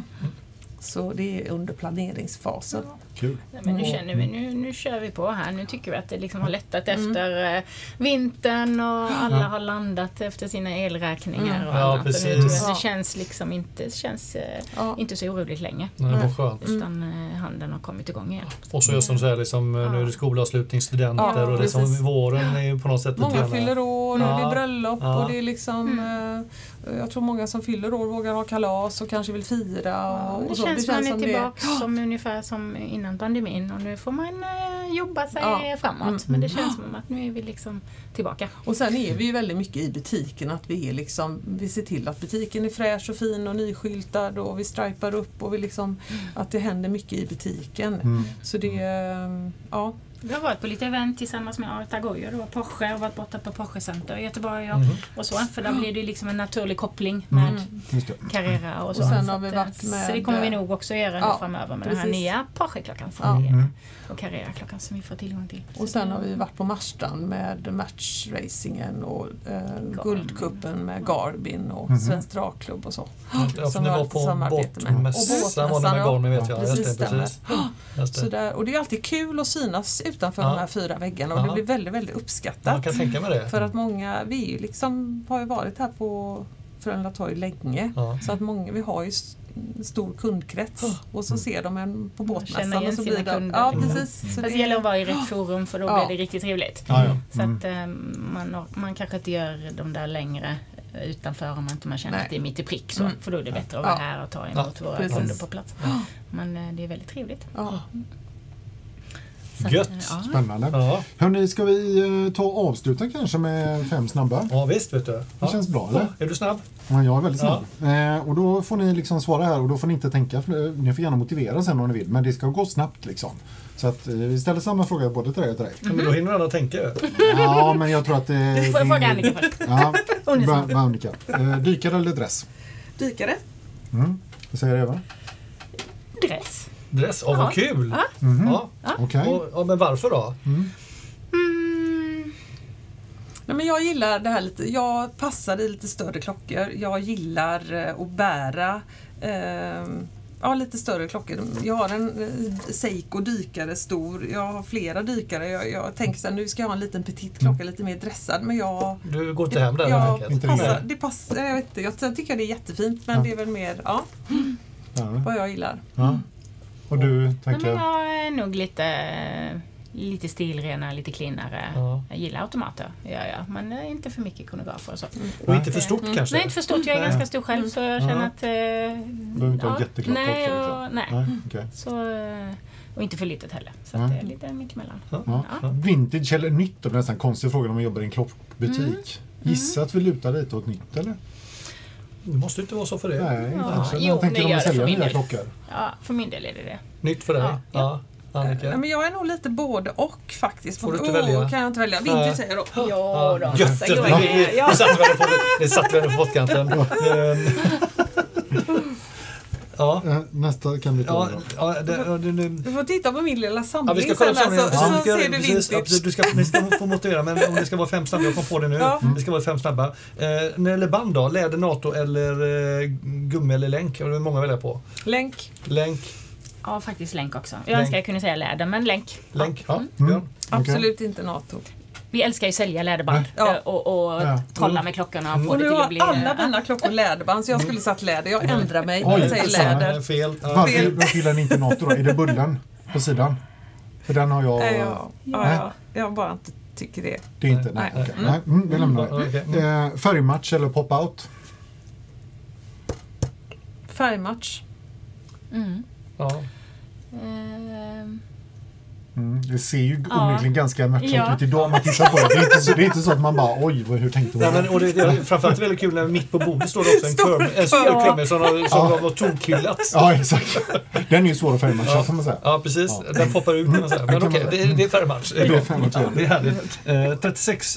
Så det är under planeringsfasen. Kul. Men nu känner vi, nu kör vi på här. Nu tycker vi att det liksom har lättat efter vintern och alla har landat efter sina elräkningar och annat. Precis. Och det känns liksom inte så oroligt länge. Nej, det var skönt. Utan handeln har kommit igång igen. Och så just som säger liksom, nu är det skolavslutning, studenter och det som våren är ju på något sätt många fyller år, det är bröllop och det är liksom jag tror många som fyller år vågar ha kalas och kanske vill fira och det så. Känns man är tillbaka som ungefär som innan pandemin, och nu får man jobba sig framåt. Men det känns som att nu är vi liksom tillbaka. Och sen är vi ju väldigt mycket i butiken, att vi är liksom, vi ser till att butiken är fräsch och fin och nyskyltad och vi stripar upp och vi liksom att det händer mycket i butiken. Så det Vi har varit på lite event tillsammans med Artagoyo, då Porsche, och varit borta på Porsche Center i Göteborg och så, för där blir det liksom en naturlig koppling med Carrera och så. Och sen har vi varit med, så det kommer vi nog också göra nu framöver med den här nya Porsche-klockan och Carrera-klockan som vi får tillgång till. Och sen har vi varit på Marstrand med matchracingen och Guldkuppen med Garbin och Svensk Drakklubb och så. Som vi var på båtmässan var med Garmin, vet jag. Precis. Så där, och det är alltid kul att synas utanför de här 4 väggarna, och det blir väldigt, väldigt uppskattat. Man kan tänka med det. För att många, vi ju liksom har ju varit här på Frölunda Torg länge, så att vi har ju stor kundkrets och så ser de en på båtmässan och så blir det kunder. Ja, precis. Så det gäller att vara i rätt forum, för då blir det riktigt trevligt. Så att man kanske inte gör de där längre utanför om man känner att det är mitt i prick så, för då är det bättre att vara här och ta emot våra kunder på plats. Men det är väldigt trevligt. Gött. Spännande. Ja. Hörrni, ska vi ta och avsluta kanske med 5 snabba? Ja, visst vet du. Det känns bra, eller? Är du snabb? Ja, jag är väldigt snabb. Och då får ni liksom svara här och då får ni inte tänka, för ni får gärna motivera sen om ni vill, men det ska gå snabbt liksom. Så att vi ställer samma fråga både till dig och till dig. Men då hinner alla tänka. Ja, men jag tror att det... Får jag fråga Annika först? Ja, bra, Annika. Dykare eller dress? Dykare. Vad säger Eva? Dress. Dress, vad kul! Ja. Okej. Men varför då? Nej, men jag gillar det här lite. Jag passar i lite större klockor. Jag gillar att bära lite större klockor. Jag har en Seiko dykare stor. Jag har flera dykare. Jag tänker så här, nu ska jag ha en liten petit klocka, lite mer dressad. Men Du går inte hem där? Det passar, jag vet inte. Jag tycker det är jättefint, men det är väl mer vad jag gillar. Ja. Och du tänker? Men jag är nog lite stilrena, lite cleanare. Jag gillar automater, men inte för mycket kronografer och så. Och inte för stort kanske? Nej, inte för stort. Jag är ganska stor själv, så jag känner att... Du behöver inte ha jätteklocka också? Nej. Okay. Så, och inte för litet heller. Så att det är lite mittemellan. Vintage eller nytt? Det är nästan konstig fråga om man jobbar i en klockbutik. Gissa att vi lutar lite åt nytt, eller? Det måste inte vara så för det. Nej, kanske. Jo, Man tänker det om gör att det sälja för min nya del. klockor. Ja, för min del är det. Nytt för dig? Ja. Annika? Men jag är nog lite både och faktiskt. Får du inte välja? Kan jag inte välja? Vintage säger jag då. Ja, då. Gött! Det satt väl på pottkanten. Nästa kan vi ta då. Du får titta på min lilla samling. Vi ska kolla sen, så ser du vintage. Ni ska få motivera, men om det ska vara 5 snabba, jag kom på det nu. Det ska vara 5 snabba. När det gäller band då, läder, NATO eller gummi eller länk? Det är många välja på. Länk. Ja, faktiskt länk också. Jag önskar jag kunde säga läder, men länk. Länk, Absolut inte NATO. Vi älskar ju att sälja läderband och trolla med klockorna och få Och det nu till har att bli... alla mina klockor läderband, så jag skulle sagt läder. Jag ändrar mig. Oj, Jag säger läder. Fel. Varför gillar ni inte NATO då? Är det bullen på sidan? För den har jag... Jag bara inte tycker det. Det är inte? Nej. Nej, vi lämnar det. Färgmatch eller pop-out? Färgmatch. Ja. Det ser ju onekligen ganska matchat ut idag om man tittar på det. Det är inte så att man bara, oj, hur tänkte hon? Nej, men, och det är framförallt väldigt kul när mitt på bordet står det också en kurv som har tokkyllats. Ja, exakt. Den är ju svår att färgmatcha, får man säga. Ja, precis. Den poppar ut, kan man säga. Men okej, det är färgmatch. Det är färgmatch, det är härligt. 36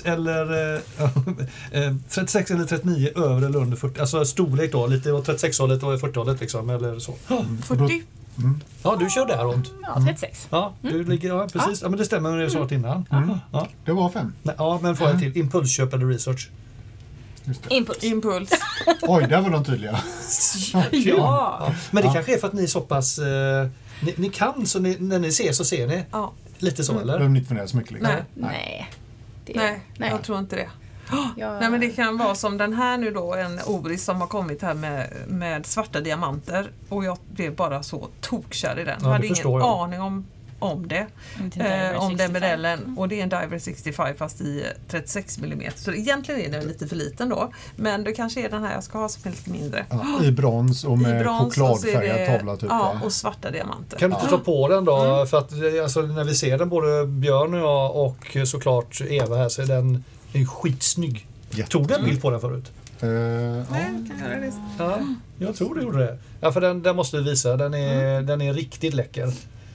eller 39 över eller under 40. Alltså storlek då, lite åt 36-hållet och 40-hållet liksom, eller så. 40. Ja, du kör där runt. Ja, 36. Ja, du ligger, precis. Ja, men det stämmer med det du sa innan. Ja. Det var 5. Ja, men får jag till. Impulsköp eller research? Impuls. Oj, där var de tydliga. Ja. Men det kanske är för att ni är så pass... Ni kan, så när ni ser så ser ni. Ja. Lite så, eller? Behöver ni inte fundera så mycket. Liksom. Nej, jag tror inte det. Nej, men det kan vara som den här nu då, en Oris som har kommit här med svarta diamanter, och jag blev bara så tokkär i den. Jag hade ingen aning om det. Om den modellen, och det är en Diver 65 fast i 36 mm. Så egentligen är den lite för liten då, men det kanske är den här jag ska ha som är lite mindre. I brons och med chokladfärgad tavla typ. Ja, och svarta diamanter. Kan du inte ta på den då? För att alltså, när vi ser den, både Björn och jag och såklart Eva här, så är den skitsnygg. Tog du en bild på den förut? Nej, kan göra det. Ja, jag tror du gjorde det. Ja, för den måste du visa. Den är riktigt läcker.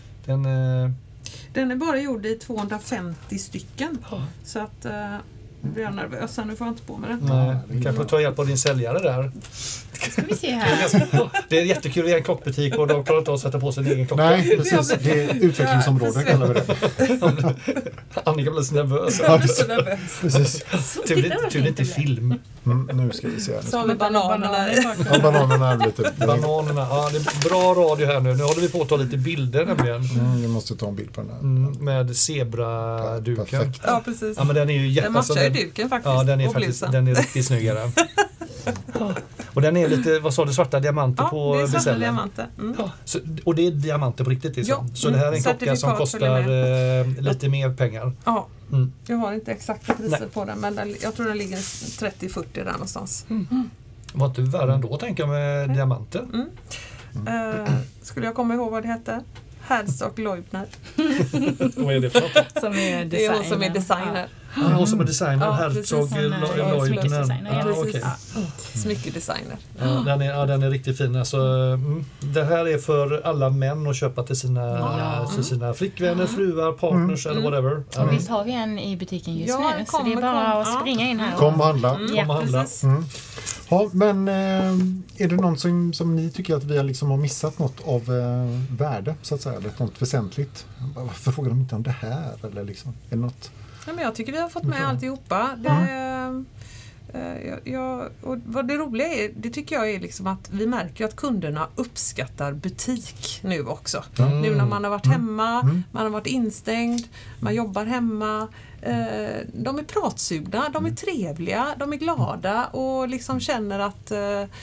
Den är bara gjord i 250 stycken. Så att blir jag nervös. Nu får jag inte på med det. Nej, du kanske ta hjälp av din säljare där. Ska vi se här. Det är jättekul i en klockbutik och de klarar inte att sätta på sin egen klocka. Nej, precis. Det är utvecklingsområde kallar vi det. Annika blir så nervös. Precis. Tur inte film. Nu ska vi se. Så har vi bananerna. Ja, bananerna är lite... Bananerna, ja, det är bra radio här nu. Nu håller vi på att ta lite bilder nämligen. Vi måste ta en bild på den här. Med zebraduken. Perfekt. Ja, precis. Ja, men den är ju den matchar ju duken faktiskt. Ja, den är riktigt snyggare. Och den är lite, vad sa du, svarta diamanter på det är svarta besällen. Diamanter. Så, och det är diamanter på riktigt liksom. Ja. Så det här är en klocka som kostar lite mer pengar. Ja, jag har inte exakta priser på den, men jag tror den ligger 30-40 där någonstans. Var inte värre ändå, tänker jag, med diamanter. Skulle jag komma ihåg vad det hette? Hadstock Leubner. Vad är det för något? Som är Det är hon som är designer. Hon som är designer, Ja, Herzog precis. Leutner. Precis. Smyckedesigner. Den är riktigt fin. Alltså, det här är för alla män att köpa till sina flickvänner, fruar, partners eller whatever. Och visst har vi en i butiken just Ja, nu, så det är bara att springa in här. Kom och handla. Kom och handla. Ja, men är det någon som ni tycker att vi har missat något av värde, så att säga, eller något väsentligt? Varför frågar de inte om det här? Eller liksom, är det något? Ja, men jag tycker vi har fått med alltihopa. Och vad det roliga är, det tycker jag är liksom att vi märker att kunderna uppskattar butik nu också. Nu när man har varit hemma, man har varit instängd, man jobbar hemma. De är pratsugna, de är trevliga, de är glada och liksom känner att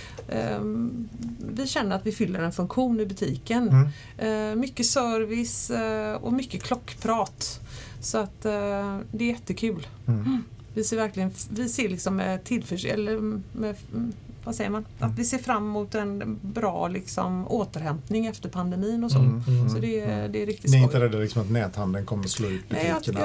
vi känner att vi fyller en funktion i butiken. Mycket service och mycket klockprat. Så att det är jättekul. Vi ser liksom med vad säger man? Att vi ser fram emot en bra liksom återhämtning efter pandemin och så. Så det är riktigt skoj. Ni är inte rädda liksom att näthandeln kommer slå ut butikerna?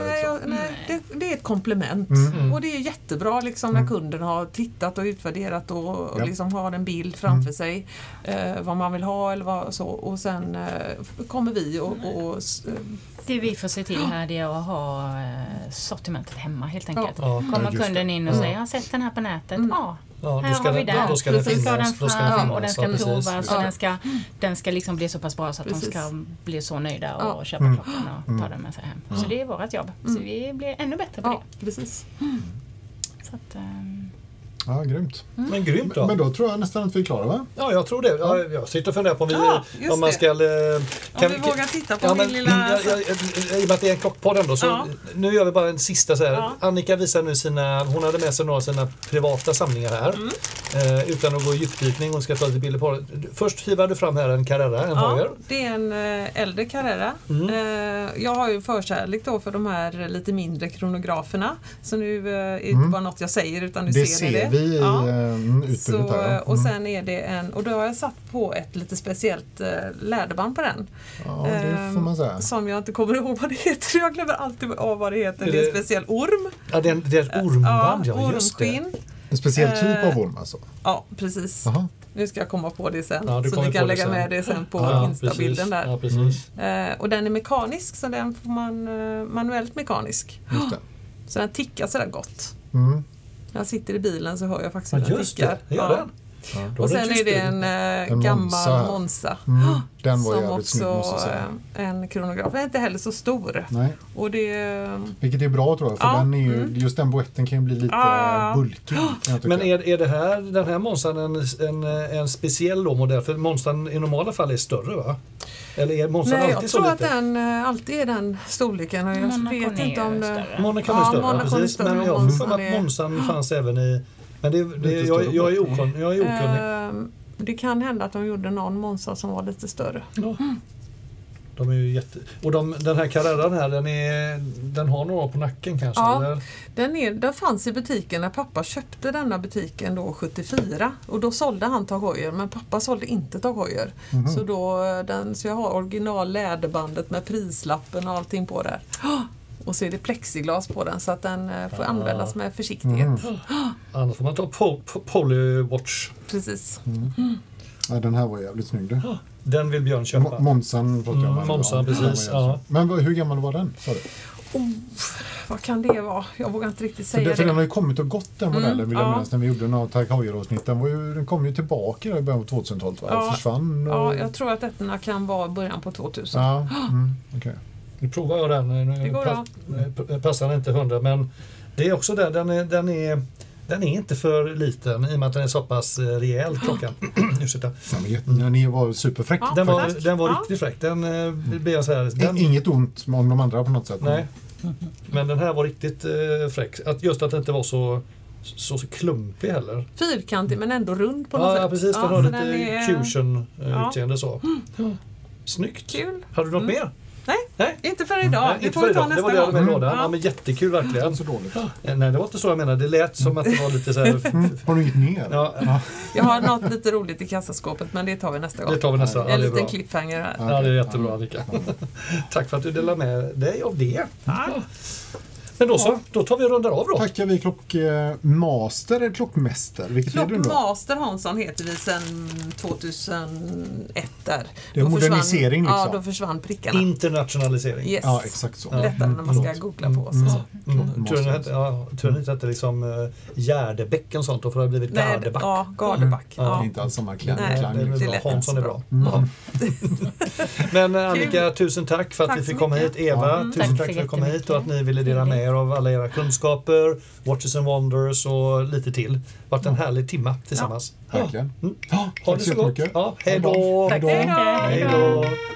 Det är ett komplement. Och det är jättebra liksom när kunden har tittat och utvärderat och liksom har en bild framför sig vad man vill ha eller så. Och sen kommer vi och det vi får se till här är att ha sortimentet hemma helt enkelt. Kommer kunden in och säger, jag har sett den här på nätet. Här har vi den. Då ska den finnas. Och den ska provas och den ska liksom bli så pass bra så att de ska bli så nöjda och köpa klockan och ta den med sig hem. Så det är vårt jobb. Så vi blir ännu bättre på det. Precis. Så att, ja, grymt. Men grymt då. Men då tror jag nästan att vi är klara, va? Ja, jag tror det. Jag sitter och funderar på om man ska... Om vi vågar titta på min lilla... I och med att det är en klockpodd ändå, så nu gör vi bara en sista så här. Annika visar nu hon hade med sig några av sina privata samlingar här. Utan att gå i djupdykning, hon ska ta lite bilder på det. Först hivar du fram här en Carrera, en Heuer. Det är en äldre Carrera. Jag har ju förkärlek då för de här lite mindre kronograferna. Så nu är det inte bara något jag säger, utan det ser det. Vi i utbudet här. Och sen är det och då har jag satt på ett lite speciellt läderband på den. Ja, det får man säga. Som jag inte kommer ihåg vad det heter. Jag glömmer alltid av vad det heter. Det är en speciell orm. Ja, det är ett ormband. Ormskinn. En speciell typ av orm alltså? Ja, precis. Aha. Nu ska jag komma på det sen. Så ni kan lägga med det sen på Insta-bilden där. Ja, precis. Och den är mekanisk, så den får man manuellt mekanisk. Just det. Så den tickar sådär gott. När jag sitter i bilen så hör jag faktiskt hur den tickar. Det gör den. Och sen är det en gammal Monza. Den var som jävligt snygg, måste jag säga. En kronograf. Den är inte heller så stor. Nej. Och vilket är bra, tror jag. För den är ju, just den boetten kan ju bli lite bulkig. Men är den här Monzan en speciell modell? För Monzan i normala fall är större, va? Eller är Monzan alltid så lite? Jag tror att den alltid är den storleken. Och jag vet inte om det... Monaco är större. Men jag får att Monzan fanns även i... Men jag är okunnig. Det kan hända att de gjorde någon Monza som var lite större. De är ju och den här Carreran här, den har några på nacken kanske? Ja, den fanns i butiken när pappa köpte denna butiken då 74. Och då sålde han Tag Heuer, men pappa sålde inte Tag Heuer. Så jag har original läderbandet med prislappen och allting på där. Och så är det plexiglas på den, så att den får användas med försiktighet. Annars får man ta Polywatch. Precis. Ja, den här var jävligt snygg. Den vill Björn köpa. Monzan pratade jag om. Monzan, precis. Men hur gammal var den? Vad kan det vara? Jag vågar inte riktigt säga det. För den har ju kommit och gått, den modellen, vill jag minnas, när vi gjorde några Tag Heuer-avsnitt. Den kom ju tillbaka i början på 2000-talet, och försvann. Ja, jag tror att detta kan vara början på 2000. Ja, okej. Nu provar jag den. Nu passar den inte 100, men det är också där. Den är inte för liten i och med att den är så pass rejäl, klockan. Den var superfräck. Den var riktigt fräck. Den blev så här. Inget ont om de andra på något sätt. Nej. Men den här var riktigt fräck. Just att den inte var så klumpig heller. Fyrkantig men ändå rund på något sätt. Ja, precis. Den har lite fusion-utseende så. Snyggt. Kul. Har du något mer? Nej, inte för idag. Nej, Det inte får vi för ta idag. Det nästa var det jag hade gång. med i lådan. Ja, men jättekul verkligen. Så dåligt. Nej, det var inte så jag menade. Det lät som att det var lite så här... Har du inget mer? Ja, Jag har något lite roligt i kassaskåpet, men det tar vi nästa gång. det tar vi nästa. Ja, En det är liten bra. cliffhanger här. Ja, det är jättebra, Annika. Tack för att du delade med dig av det. Men då så, då tar vi och rundar av då. Tackar vi klockmaster eller klockmäster? Vilket är det då? Klockmaster Hansson heter vi sedan 2001 där. Det är Då modernisering försvann, liksom. Ja, då försvann prickarna. Internationalisering. Yes. Ja, exakt så. Lättare när man ska googla på oss och så. Tror ni inte att det liksom Gärdebäck och sånt, då får det ha blivit Nej, Gardeback. ja, Gardeback. Det är Ja. inte alls samma Nej, klang. Det är det bra. lät Hansson är bra. Ja. Men Annika, tusen tack för att Tack vi så fick komma mycket. hit. Eva, tusen Tack tack så för att du kom hit jättemycket. och att ni ville dela med er av alla era kunskaper, Watches and Wonders och lite till. Det har varit en härlig timma tillsammans. Verkligen. Ha det så gott. jättemycket. Ja, hej då! Tack så mycket. Hej då!